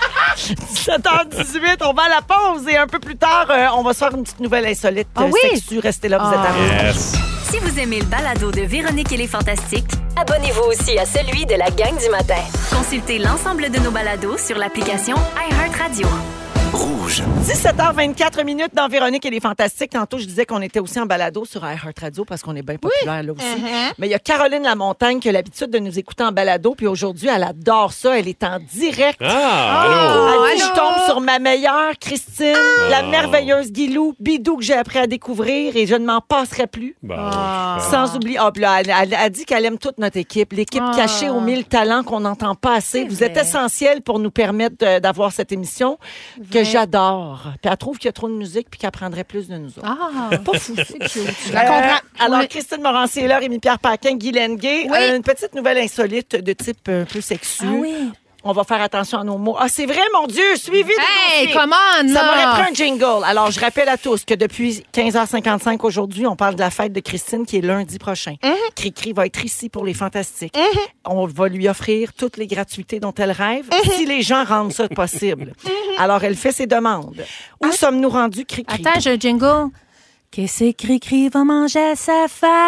17h18, on va à la pause et un peu plus tard, on va se faire une petite nouvelle insolite. Sexu, restez là, vous êtes à vous. Yes. Si vous aimez le balado de Véronique et les Fantastiques, abonnez-vous aussi à celui de la Gang du matin. Consultez l'ensemble de nos balados sur l'application iHeartRadio. Rouge. 17h24 minutes dans Véronique et les Fantastiques. Tantôt, je disais qu'on était aussi en balado sur iHeartRadio parce qu'on est bien populaire là aussi. Mais il y a Caroline Lamontagne qui a l'habitude de nous écouter en balado. Puis aujourd'hui, elle adore ça. Elle est en direct. Allô? Elle dit, je tombe sur ma meilleure Christine, la merveilleuse Guilou, Bidou que j'ai appris à découvrir et je ne m'en passerai plus. Sans oublier. Puis là, elle dit qu'elle aime toute notre équipe. L'équipe cachée aux 1000 talents qu'on n'entend pas assez. Vous êtes essentiels pour nous permettre d'avoir cette émission que j'adore. Puis elle trouve qu'il y a trop de musique puis qu'elle prendrait plus de nous autres. Pas fou. C'est cute. Je la comprends. Alors, Christine Morancier est là, Rémi-Pierre Paquin, Guy Lenguet. Une petite nouvelle insolite de type un peu sexu. On va faire attention à nos mots. Ah, c'est vrai, mon Dieu, suivi de dossier. Come on, ça m'aurait pris un jingle. Alors, je rappelle à tous que depuis 15h55 aujourd'hui, on parle de la fête de Christine qui est lundi prochain. Cricri va être ici pour les Fantastiques. On va lui offrir toutes les gratuités dont elle rêve si les gens rendent ça possible. Alors, elle fait ses demandes. Où sommes-nous rendus, Cricri? Attends, j'ai un jingle. Qu'est-ce que Cricri va manger à sa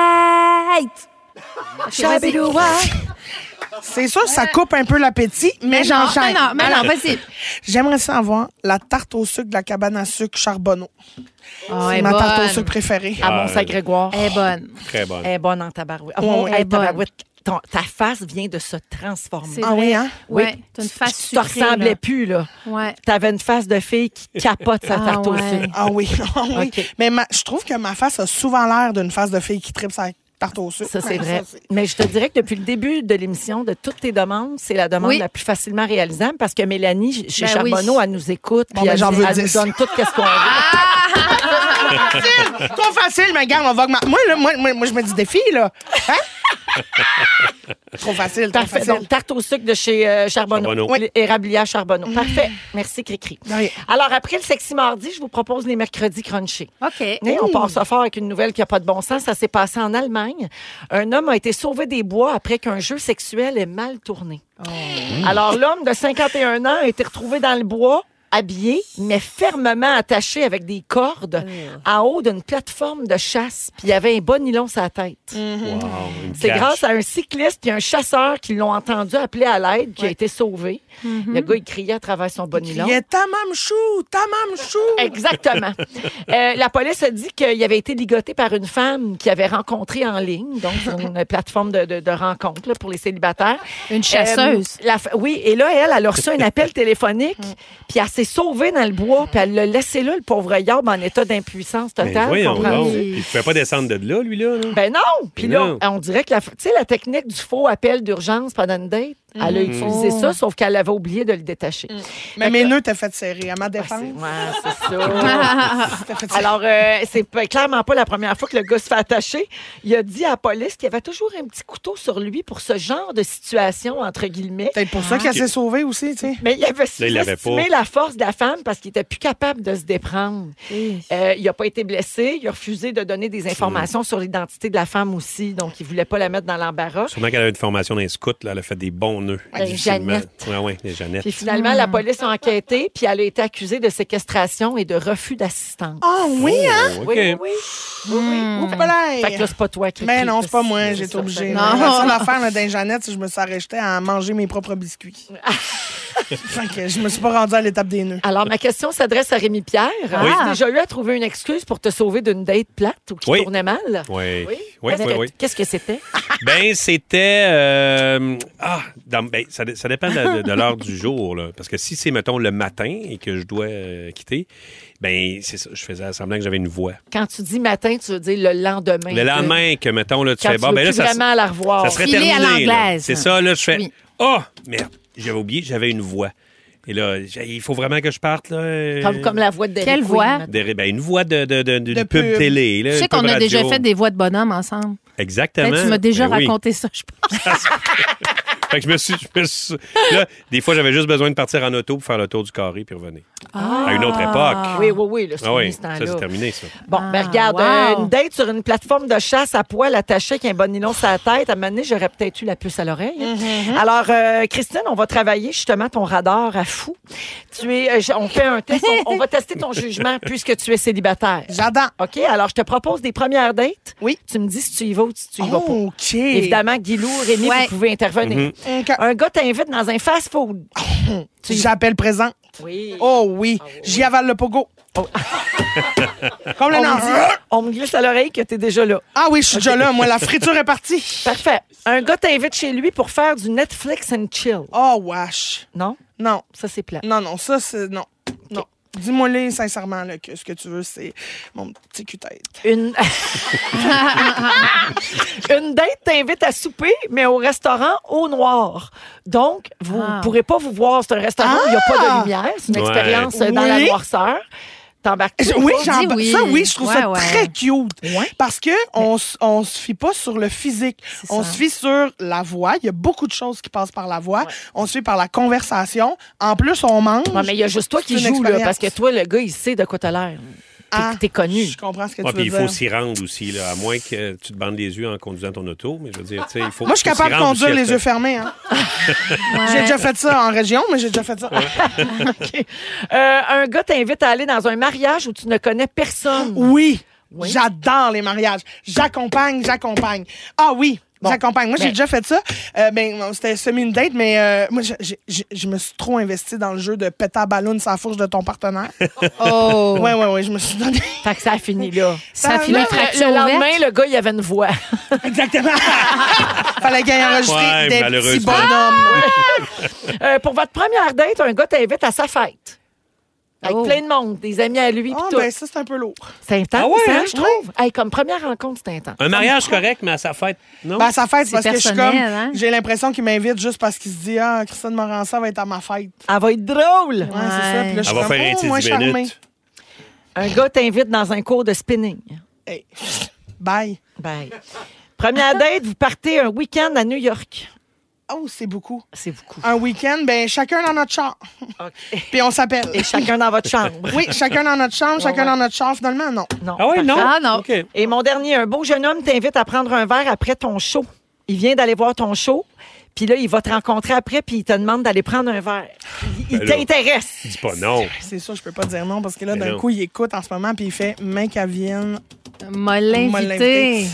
fête? Chabidoua. C'est sûr, ça coupe un peu l'appétit, mais j'enchaîne. Mais non, vas-y. J'aimerais savoir la tarte au sucre de la cabane à sucre Charbonneau. C'est ma bonne. tarte au sucre préférée. À Mont-Saint-Grégoire. Elle est bonne. Très bonne. Elle est bonne en tabarouette. elle est bonne. Tabarouette. Ta face vient de se transformer. C'est Ah oui, hein? Oui. T'as une face Tu te sucrée, ressemblais là. plus, là. Ouais. T'avais une face de fille qui capote sa tarte au sucre. Ah oui, oui. OK. Mais je trouve que ma face a souvent l'air d'une face de fille qui tripe sa tarte au sucre. Ça, c'est vrai. Mais je te dirais que depuis le début de l'émission, de toutes tes demandes, c'est la demande la plus facilement réalisable parce que Mélanie, chez Charbonneau, elle nous écoute puis elle nous donne tout ce qu'on veut. Trop facile, mais regarde, on va augmenter. Moi, je me dis des filles, là. Hein? Trop facile, trop Parfait. facile. Donc, tarte au sucre de chez Charbonneau. Oui. Érablière Charbonneau. Parfait. Merci, Cricri. Oui. Alors, après le Sexy Mardi, je vous propose les mercredis crunchés. OK. Et on part ça fort avec une nouvelle qui n'a pas de bon sens. Ça s'est passé en Allemagne. Un homme a été sauvé des bois après qu'un jeu sexuel ait mal tourné. Alors, l'homme de 51 ans a été retrouvé dans le bois, habillé, mais fermement attaché avec des cordes en haut d'une plateforme de chasse. Puis il y avait un bon nylon sur la tête. C'est grâce à un cycliste et un chasseur qui l'ont entendu appeler à l'aide qui a été sauvé. Le gars, il criait à travers son bon nylon. Il est tamam chou. Exactement. La police a dit qu'il avait été ligoté par une femme qu'il avait rencontrée en ligne, donc sur une plateforme de rencontre là, pour les célibataires. Une chasseuse. Oui, et là, elle a reçu un appel téléphonique, puis elle s'est sauvée dans le bois, puis elle l'a laissé là, le pauvre Yob, en état d'impuissance totale. Voyons donc. comprends-tu? Il ne pouvait pas descendre de là, lui, là. Ben non! Puis là, Non. on dirait que la technique du faux appel d'urgence pendant une date, elle a utilisé ça, sauf qu'elle avait oublié de le détacher. Mais mes nœuds t'as fait serrer. À ma défense. C'est ça. Alors, c'est clairement pas la première fois que le gars se fait attacher. Il a dit à la police qu'il y avait toujours un petit couteau sur lui pour ce genre de situation, entre guillemets. Peut-être pour ça qu'elle s'est sauvée aussi, tu sais. Mais il avait il l'avait sous-estimé pas. la force de la femme parce qu'il était plus capable de se déprendre. Il n'a pas été blessé. Il a refusé de donner des informations sur l'identité de la femme aussi. Donc, il voulait pas la mettre dans l'embarras. Sûrement qu'elle a eu une formation dans les scouts, là. Elle a fait des bons nœuds. Jeannette. Oui, les Jeannettes. Puis finalement, la police a enquêté, puis elle a été accusée de séquestration et de refus d'assistance. Ah oui, hein? OK. Oui. Fait que là, c'est pas toi qui Mais non, c'est pas moi, c'est j'ai été ça, obligée. c'est- La seule affaire là, dans les Jeannettes, c'est que je me suis arrêtée à manger mes propres biscuits. Fait que je me suis pas rendue à l'étape des nœuds. Alors, ma question s'adresse à Rémi Pierre. Oui. As-tu déjà eu à trouver une excuse pour te sauver d'une date plate ou qui tournait mal? Oui. Qu'est-ce que c'était? Ben, c'était... ça dépend de l'heure du jour. Là. Parce que si c'est, mettons, le matin et que je dois quitter, ben c'est ça. Je faisais semblant que j'avais une voix. Quand tu dis matin, tu veux dire le lendemain. Le lendemain que, mettons, là, tu fais... Quand tu veux plus vraiment la revoir. Ça serait Filer terminé. à l'anglaise. C'est ça, là, je fais... Merde, j'avais oublié, j'avais une voix. Et là, il faut vraiment que je parte. Là, comme la voix de Derek Quelle Queen, voix? Une voix de pub télé. Là, Je sais qu'on a déjà fait des voix de bonhomme ensemble. Exactement. Peut-être tu m'as déjà Ben oui. raconté ça, je pense. Fait que je me suis... Là, des fois, j'avais juste besoin de partir en auto pour faire le tour du carré puis revenir. À une autre époque. Oui, là, c'est fini, ce temps-là. Ça, c'est terminé, ça. Bon, regarde, une date sur une plateforme de chasse à poil attachée avec un bon nylon sur la tête, à un moment donné, j'aurais peut-être eu la puce à l'oreille. Alors, Christine, on va travailler justement ton radar à fou. On fait un test, on va tester ton jugement puisque tu es célibataire. J'adore. OK? Alors, je te propose des premières dates. Oui. Tu me dis si tu y vas ou si tu y vas pas. OK. Évidemment, Guilou, Rémi, vous pouvez intervenir. Un gars t'invite dans un fast-food. J'appelle présent. Oui. Oh oui. J'y avale le pogo. Comme le nom. On me glisse à l'oreille que t'es déjà là. Ah oui, je suis déjà là. Moi, la friture est partie. Parfait. Un gars t'invite chez lui pour faire du Netflix and chill. Oh, wesh. Non? Non. Ça, c'est plat. Non, ça, c'est... Non. Non. Dis-moi-les sincèrement là, que ce que tu veux, c'est mon petit cul-tête. Une date t'invite à souper, mais au restaurant au noir. Donc, vous ne pourrez pas vous voir. C'est un restaurant où il n'y a pas de lumière. C'est une expérience dans la noirceur. T'embarques Oui, oui. Ça, oui, je trouve ça Ouais. très cute. Parce que on se fie pas sur le physique. On se fie sur la voix. Il y a beaucoup de choses qui passent par la voix. On se fie par la conversation. En plus, on mange. Ouais, mais il y a juste toi qui C'est une joues, là, expérience. parce que toi, le gars, il sait de quoi t'as l'air. T'es connu. Je comprends ce que Ouais, tu veux puis dire. il faut s'y rendre aussi, là, à moins que tu te bandes les yeux en conduisant ton auto. Mais je veux dire, tu sais, il faut. Moi, je suis capable de conduire les yeux fermés. Hein. J'ai déjà fait ça en région, mais j'ai déjà fait ça. OK. Un gars t'invite à aller dans un mariage où tu ne connais personne. Oui. J'adore les mariages. J'accompagne. Ah oui. J'accompagne. Moi, j'ai déjà fait ça. C'était semi une date, mais moi, je me suis trop investie dans le jeu de péter à ballon sur la fourche de ton partenaire. Oh! Oui, je me suis donné. Fait que ça a fini là. Ça a fini fracture Le lendemain, ouverte. le gars, il avait une voix. Exactement. Fallait qu'il ait enregistré des petits malheureusement. bonhommes. Pour votre première date, un gars t'invite à sa fête. Avec plein de monde, des amis à lui. Ah, tout. ben ça, c'est un peu lourd. C'est intense, Ah ouais, hein? je trouve. Hey, comme première rencontre, c'est intense. Un mariage correct, mais à sa fête, non? Ben, à sa fête, C'est parce que je suis personnel, comme... hein? J'ai l'impression qu'il m'invite juste parce qu'il se dit « Ah, Christine Morançon va être à ma fête. Elle va être drôle. » Ouais, c'est ça. Puis là, je suis Elle va comme, faire un oh, petit moi, 10 charmée. minutes. Un gars t'invite dans un cours de spinning. Hey. Bye. Bye. Première date, vous partez un week-end à New York. Oh, c'est beaucoup. C'est beaucoup. Un week-end, ben chacun dans notre char. OK. Puis on s'appelle. Et chacun dans votre chambre. Oui, chacun dans notre chambre, chacun dans notre char. Finalement, non. Non. Ah oui, non? Ah non. OK. Et mon dernier, un beau jeune homme t'invite à prendre un verre après ton show. Il vient d'aller voir ton show, puis là, il va te rencontrer après, puis il te demande d'aller prendre un verre. Il Ben là, t'intéresse. Dis pas non. C'est ça, je peux pas dire non parce que là, Mais d'un non. coup, il écoute en ce moment puis il fait main qu'elle vienne. M'a l'invité.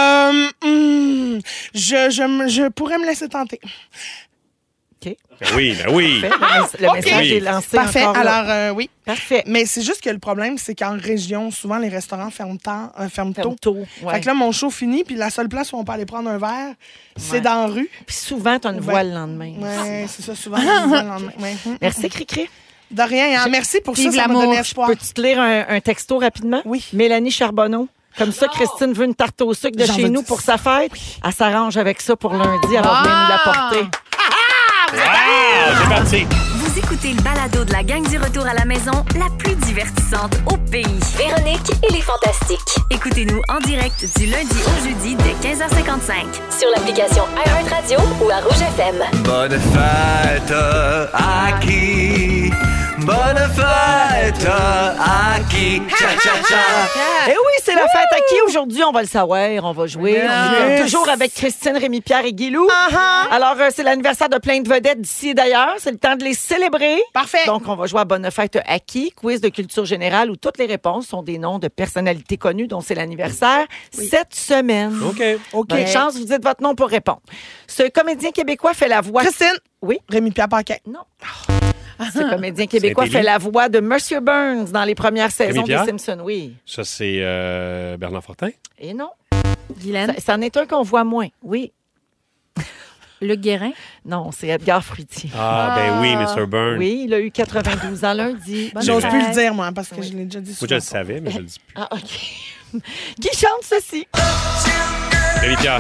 Je pourrais me laisser tenter. OK. Ben oui. Parfait. Le message Oui. est lancé Parfait. encore là. Alors, oui. Parfait. Mais c'est juste que le problème, c'est qu'en région, souvent, les restaurants ferment tôt. Ferme tôt. Ouais. Fait que là, mon show finit, puis la seule place où on peut aller prendre un verre, c'est dans la rue. Puis souvent, tu as une voix le lendemain. Oui, c'est ça, souvent. on voit le lendemain. Ouais. Merci, Cricri. De rien. Hein. Merci pour ça, Vive ça m'a l'amour. donné espoir. Peux-tu te lire un texto rapidement? Oui. Mélanie Charbonneau. Comme ça, Christine veut une tarte au sucre de J'en chez veux nous 10. pour sa fête. Elle s'arrange avec ça pour lundi. Alors, viens nous l'apporter. Wow! C'est parti. Vous écoutez le balado de la gang du retour à la maison, la plus divertissante au pays. Véronique et les Fantastiques. Écoutez-nous en direct du lundi au jeudi dès 15h55 sur l'application iHeartRadio ou à Rouge FM. Bonne fête à qui? Bonne fête à qui? Cha-cha-cha. Eh oui, c'est la fête à qui aujourd'hui? On va le savoir. On va jouer. On est toujours avec Christine, Rémi-Pierre et Guilou. Alors, c'est l'anniversaire de plein de vedettes d'ici et d'ailleurs. C'est le temps de les célébrer. Parfait. Donc, on va jouer à Bonne fête à qui? Quiz de culture générale où toutes les réponses sont des noms de personnalités connues dont c'est l'anniversaire cette semaine. OK. Bonne chance, vous dites votre nom pour répondre. Ce comédien québécois fait la voix... Christine. Oui. Rémi-Pierre Paquin. Non. Ce comédien québécois fait la voix de Monsieur Burns dans les premières saisons des Simpsons. Oui. Ça, c'est Bernard Fortin? Et non. Guylaine. C'en est un qu'on voit moins. Oui. Luc Guérin. Non, c'est Edgar Fruitier. Ben oui, Mr. Burns. Oui, il a eu 92 ans lundi. J'ose plus le dire, moi, parce que je l'ai déjà dit souvent. Moi, je le savais, mais je le dis plus. Ah, OK. Qui chante ceci? Rémi-Pierre.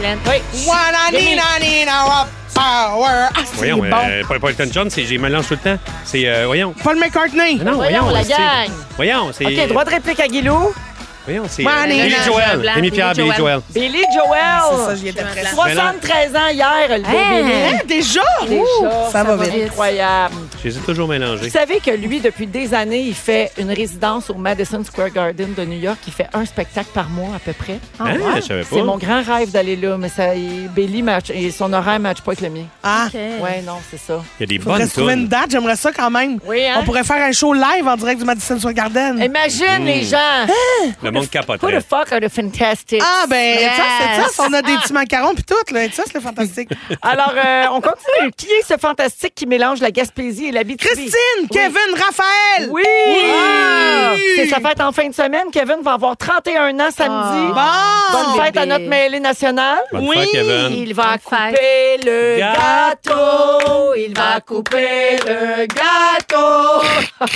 Voyons, Paul Elton John, j'ai mélange tout le temps. C'est, voyons. Paul McCartney. Non, voyons, la gang. Voyons, c'est... OK, droit de réplique à Guilou. Voyons, c'est Billy Joel. Rémi-Pierre, Billy Joel. Billy Joel. C'est ça, j'y étais presque. 73 ans hier, le beau Billy. Déjà? Ça va vite. Incroyable. Je les ai toujours mélangés. Vous savez que lui, depuis des années, il fait une résidence au Madison Square Garden de New York. Il fait un spectacle par mois à peu près. Je savais pas. C'est mon grand rêve d'aller là, mais Billy et son horaire ne matche pas avec le mien. Ouais, non, c'est ça. Il y a des Faudrait bonnes se trouver une tunes. date, j'aimerais ça quand même. Oui, hein? On pourrait faire un show live en direct du Madison Square Garden. Imagine les gens. Le monde Who capoterait. the fuck are the fantastic? Ah, ben, Yes. ça, on a des petits macarons puis tout, là. Ça, c'est le fantastique. Alors, on continue. Qui est ce fantastique qui mélange la Gaspésie et l'Abitibi? Christine, Kevin, Raphaël. Oui! C'est sa fête en fin de semaine. Kevin va avoir 31 ans samedi. Bonne fête à notre mêlée nationale. Bonne fête, Kevin. Il va Bonne couper le gâteau. Il va couper le gâteau.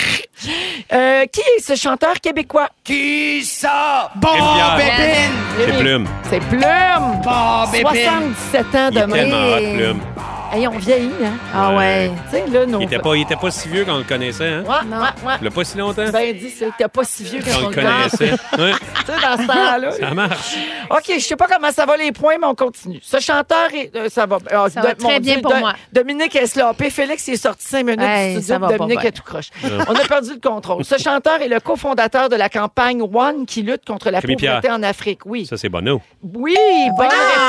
Qui est ce chanteur québécois? Qui ça? Bon, Rémi-Pierre. Bépine. C'est Plume. C'est Plume. Bon, Bépine. 77 ans Il est demain. tellement hot, Plume. Hey, on vieillit, hein? Ah ouais. Tu sais, là, nos... Il était pas si vieux quand on le connaissait, hein? Ouais. Il l'a pas si longtemps. Ben, dis, c'est que t'es pas si vieux Quand quand on on le le connaissait. connaissait. Ouais, Tu sais, dans ce temps-là. ça marche. OK, je sais pas comment ça va les points, mais on continue. Ce chanteur, ça va. Ça va très bien pour moi. Dominique est slopé. Félix, il est sorti 5 minutes Hey, du studio. ça va pas Dominique bien. est tout croche. On a perdu le contrôle. Ce chanteur est le cofondateur de la campagne One qui lutte contre la Rémi-Pierre. pauvreté en Afrique. Oui. Ça, c'est Bono. Oui, bonne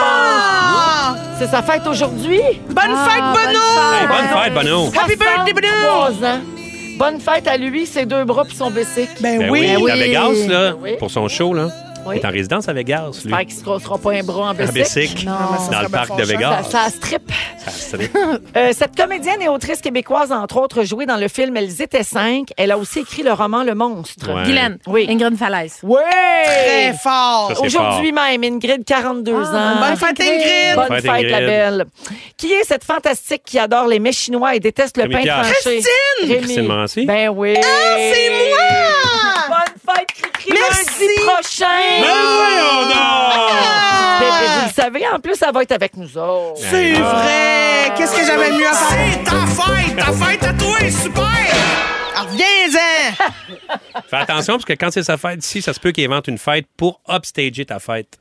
réponse. C'est sa fête aujourd'hui. Bonne fête, Bono. Hey, bonne fête, Bono. Happy birthday, Bono. 63 ans. Bonne fête à lui, ses 2 bras puis son bicycle. Ben oui, oui. à Vegas, là, oui. pour son show, là. Oui. Il est en résidence à Vegas, lui. J'espère qu'il se cassera pas un bras en À bicycle. Bessic, Non. dans le parc de Vegas. Ça strip. Ça strip. Cette comédienne et autrice québécoise, entre autres, jouée dans le film Elles étaient 5. Elle a aussi écrit le roman Le Monstre. Ouais. Guylaine. Oui. Ingrid Falaise. Oui! Très fort. Ça, c'est Aujourd'hui même, Ingrid, 42 ans. Bonne fête, Ingrid. Bonne Bonne fête, fête, la Ingrid. belle. Qui est cette fantastique qui adore les mets chinois et déteste le pain Rémi-Pierre. tranché? Christine! Rémi. Morancy. Ben oui. Ah, c'est moi! Bonne fête, Cricri, Merci. lundi prochain. Ben voyons donc! Vous le savez, en plus, ça va être avec nous autres. C'est vrai. Qu'est-ce que j'avais mieux à faire? C'est ta fête à toi, super! Ah, viens-en! Fais attention, parce que quand c'est sa fête ici, ça se peut qu'il invente une fête pour upstager ta fête.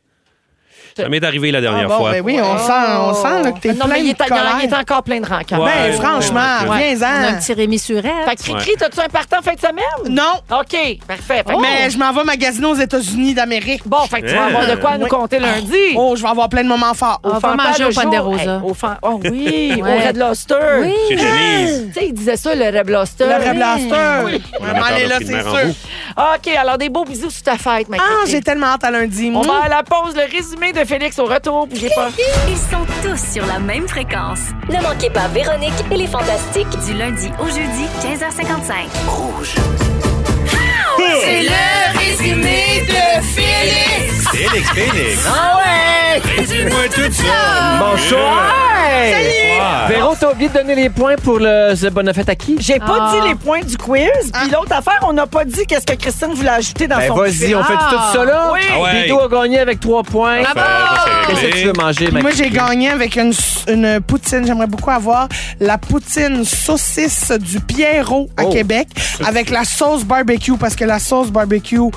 Ça m'est arrivé la dernière Bon, fois. ben oui, on sent là, que t'es Non, plein mais il de colère. est encore plein de rancœur. Ouais. Ben, franchement, Ouais. On a un viens-en. petit Rémi Surette. Fait que Cricri, t'as-tu un partant fin de semaine? Non, OK, parfait. Fait que- mais je m'en vais magasiner aux États-Unis d'Amérique. Bon, fait que tu vas avoir de quoi à nous Oui. compter lundi. Oh, je vais avoir plein de moments forts. On va manger au Ponderosa. Oh oui, au Ouais. Red Lobster. Oui. Chez Denise. Tu sais, il disait ça, le Red Lobster. Le Red Blaster. Oui. On va aller là, c'est sûr. OK, alors des beaux bisous sur ta fête, ma Ah, Cricri. j'ai tellement hâte à lundi. On va à la pause, le résumé de Félix au retour. Bougez pas. Ils sont tous sur la même fréquence. Ne manquez pas Véronique et les Fantastiques du lundi au jeudi 15h55. C'est le résumé de Félix! Félix. Ah ouais! Résume-moi tout ça. Bonsoir! Bonsoir. Véro, t'as oublié de donner les points pour le bonne fête à qui? J'ai pas Ah. dit les points du quiz. Puis l'autre affaire, on n'a pas dit qu'est-ce que Christine voulait ajouter dans Ben son vas-y, quiz. on fait tout ça là? Oui. Ah ouais. Bido a gagné avec 3 points. Parfait, ça, c'est Qu'est-ce que réglé. tu veux manger, Moi, Max? j'ai gagné avec une poutine. J'aimerais beaucoup avoir la poutine saucisse du Pierrot à Québec avec la sauce barbecue parce que la sauce barbecue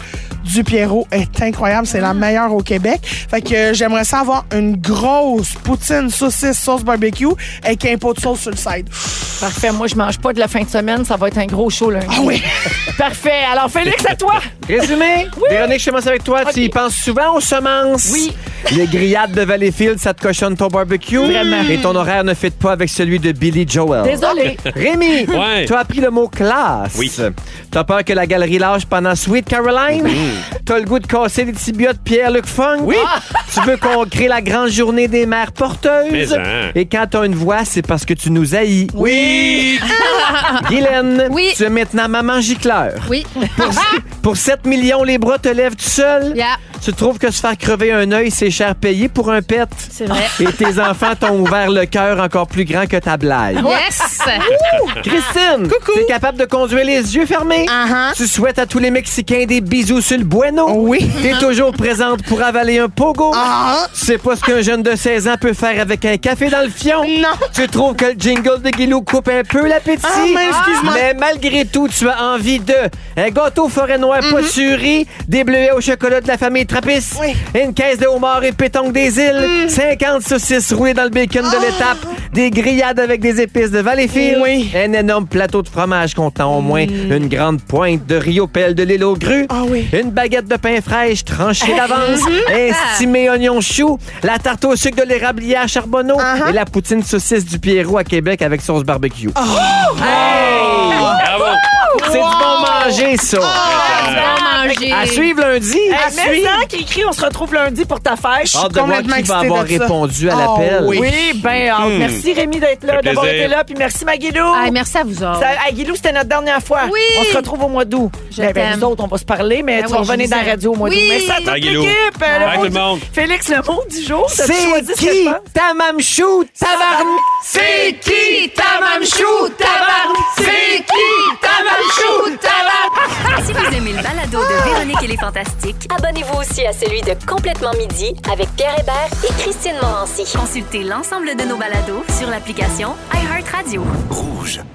du Pierrot est incroyable. C'est la meilleure au Québec. Fait que j'aimerais ça avoir une grosse poutine, saucisse, sauce barbecue avec un pot de sauce sur le side. Parfait. Moi, je mange pas de la fin de semaine. Ça va être un gros show lundi. Ah oui! Parfait. Alors, Félix, à toi. Résumé, Véronique, je commence avec toi. Okay. Tu y penses souvent aux semences? Oui. Les grillades de Valleyfield, ça te cochonne ton barbecue? Vraiment. Et ton horaire ne fit pas avec celui de Billy Joel. Désolé. Rémi, Ouais. tu as appris le mot classe. Oui. T'as peur que la galerie lâche pendant Sweet Caroline? T'as le goût de casser les tibias de Pierre-Luc Funk? Oui. Tu veux qu'on crée la grande journée des mères porteuses? Mais hein. Et quand t'as une voix, c'est parce que tu nous haïs. Oui! Guylaine, Oui. tu es maintenant maman gicleur. Oui. Pour 7 millions, les bras te lèvent tout seul. Yeah. Tu trouves que se faire crever un œil, c'est cher payé pour un pet? C'est vrai. Et tes enfants t'ont ouvert le cœur encore plus grand que ta blague. Yes! Christine, t'es capable de conduire les yeux fermés? Tu souhaites à tous les Mexicains des bisous sur le bueno? Oui. T'es toujours présente pour avaler un pogo? Tu sais pas ce qu'un jeune de 16 ans peut faire avec un café dans le fion? Non. Tu trouves que le jingle de Guilou coupe un peu l'appétit? mais excuse-moi. Mais malgré tout, tu as envie de un gâteau forêt noire poturri, des bleuets au chocolat de la famille Trappist, Oui. une caisse de homard et pétanque des îles, 50 saucisses rouées dans le bacon de l'étape, des grillades avec des épices de Valleyfield, Oui. un énorme plateau de fromage contenant au moins une grande pointe de Rio Pelle de l'île aux grues, Ah oui. une baguette de pain fraîche tranchée d'avance, un stimé oignon chou, la tarte au sucre de l'érablière à Charbonneau et la poutine saucisse du Pierrot à Québec avec sauce barbecue. Hey! Bravo! C'est du bon manger, ça. Bon manger. À suivre lundi. Mais ça qui écrit, on se retrouve lundi pour ta fête. Hâte de voir complètement qui va excitée avoir de ça. répondu à Oh, l'appel. oui. Oui, ben, merci Rémi d'être là, fait d'avoir plaisir. été là, puis merci Maguilou. Ah, merci à vous autres. Guilou, c'était notre dernière fois. Oui. On se retrouve au mois d'août. Je Ben, t'aime. nous autres, on va se parler, mais Ben tu vas oui, revenir je dans la vous aime. radio au mois d'août. Oui. Merci à toute Bye, Guilou. l'équipe. Bye, tout le monde. Félix, le mot du jour, t'as-tu C'est choisi ce que je qui pense? ta mamchou, tabarn? C'est qui ta mamchou, tabarn? C'est qui ta mamchou, tabarn? Si vous aimez le balado de Véronique et les Fantastiques, abonnez-vous aussi à celui de Complètement Midi avec Pierre Hébert et Christine Morancy. Consultez l'ensemble de nos balados sur l'application iHeartRadio. Rouge.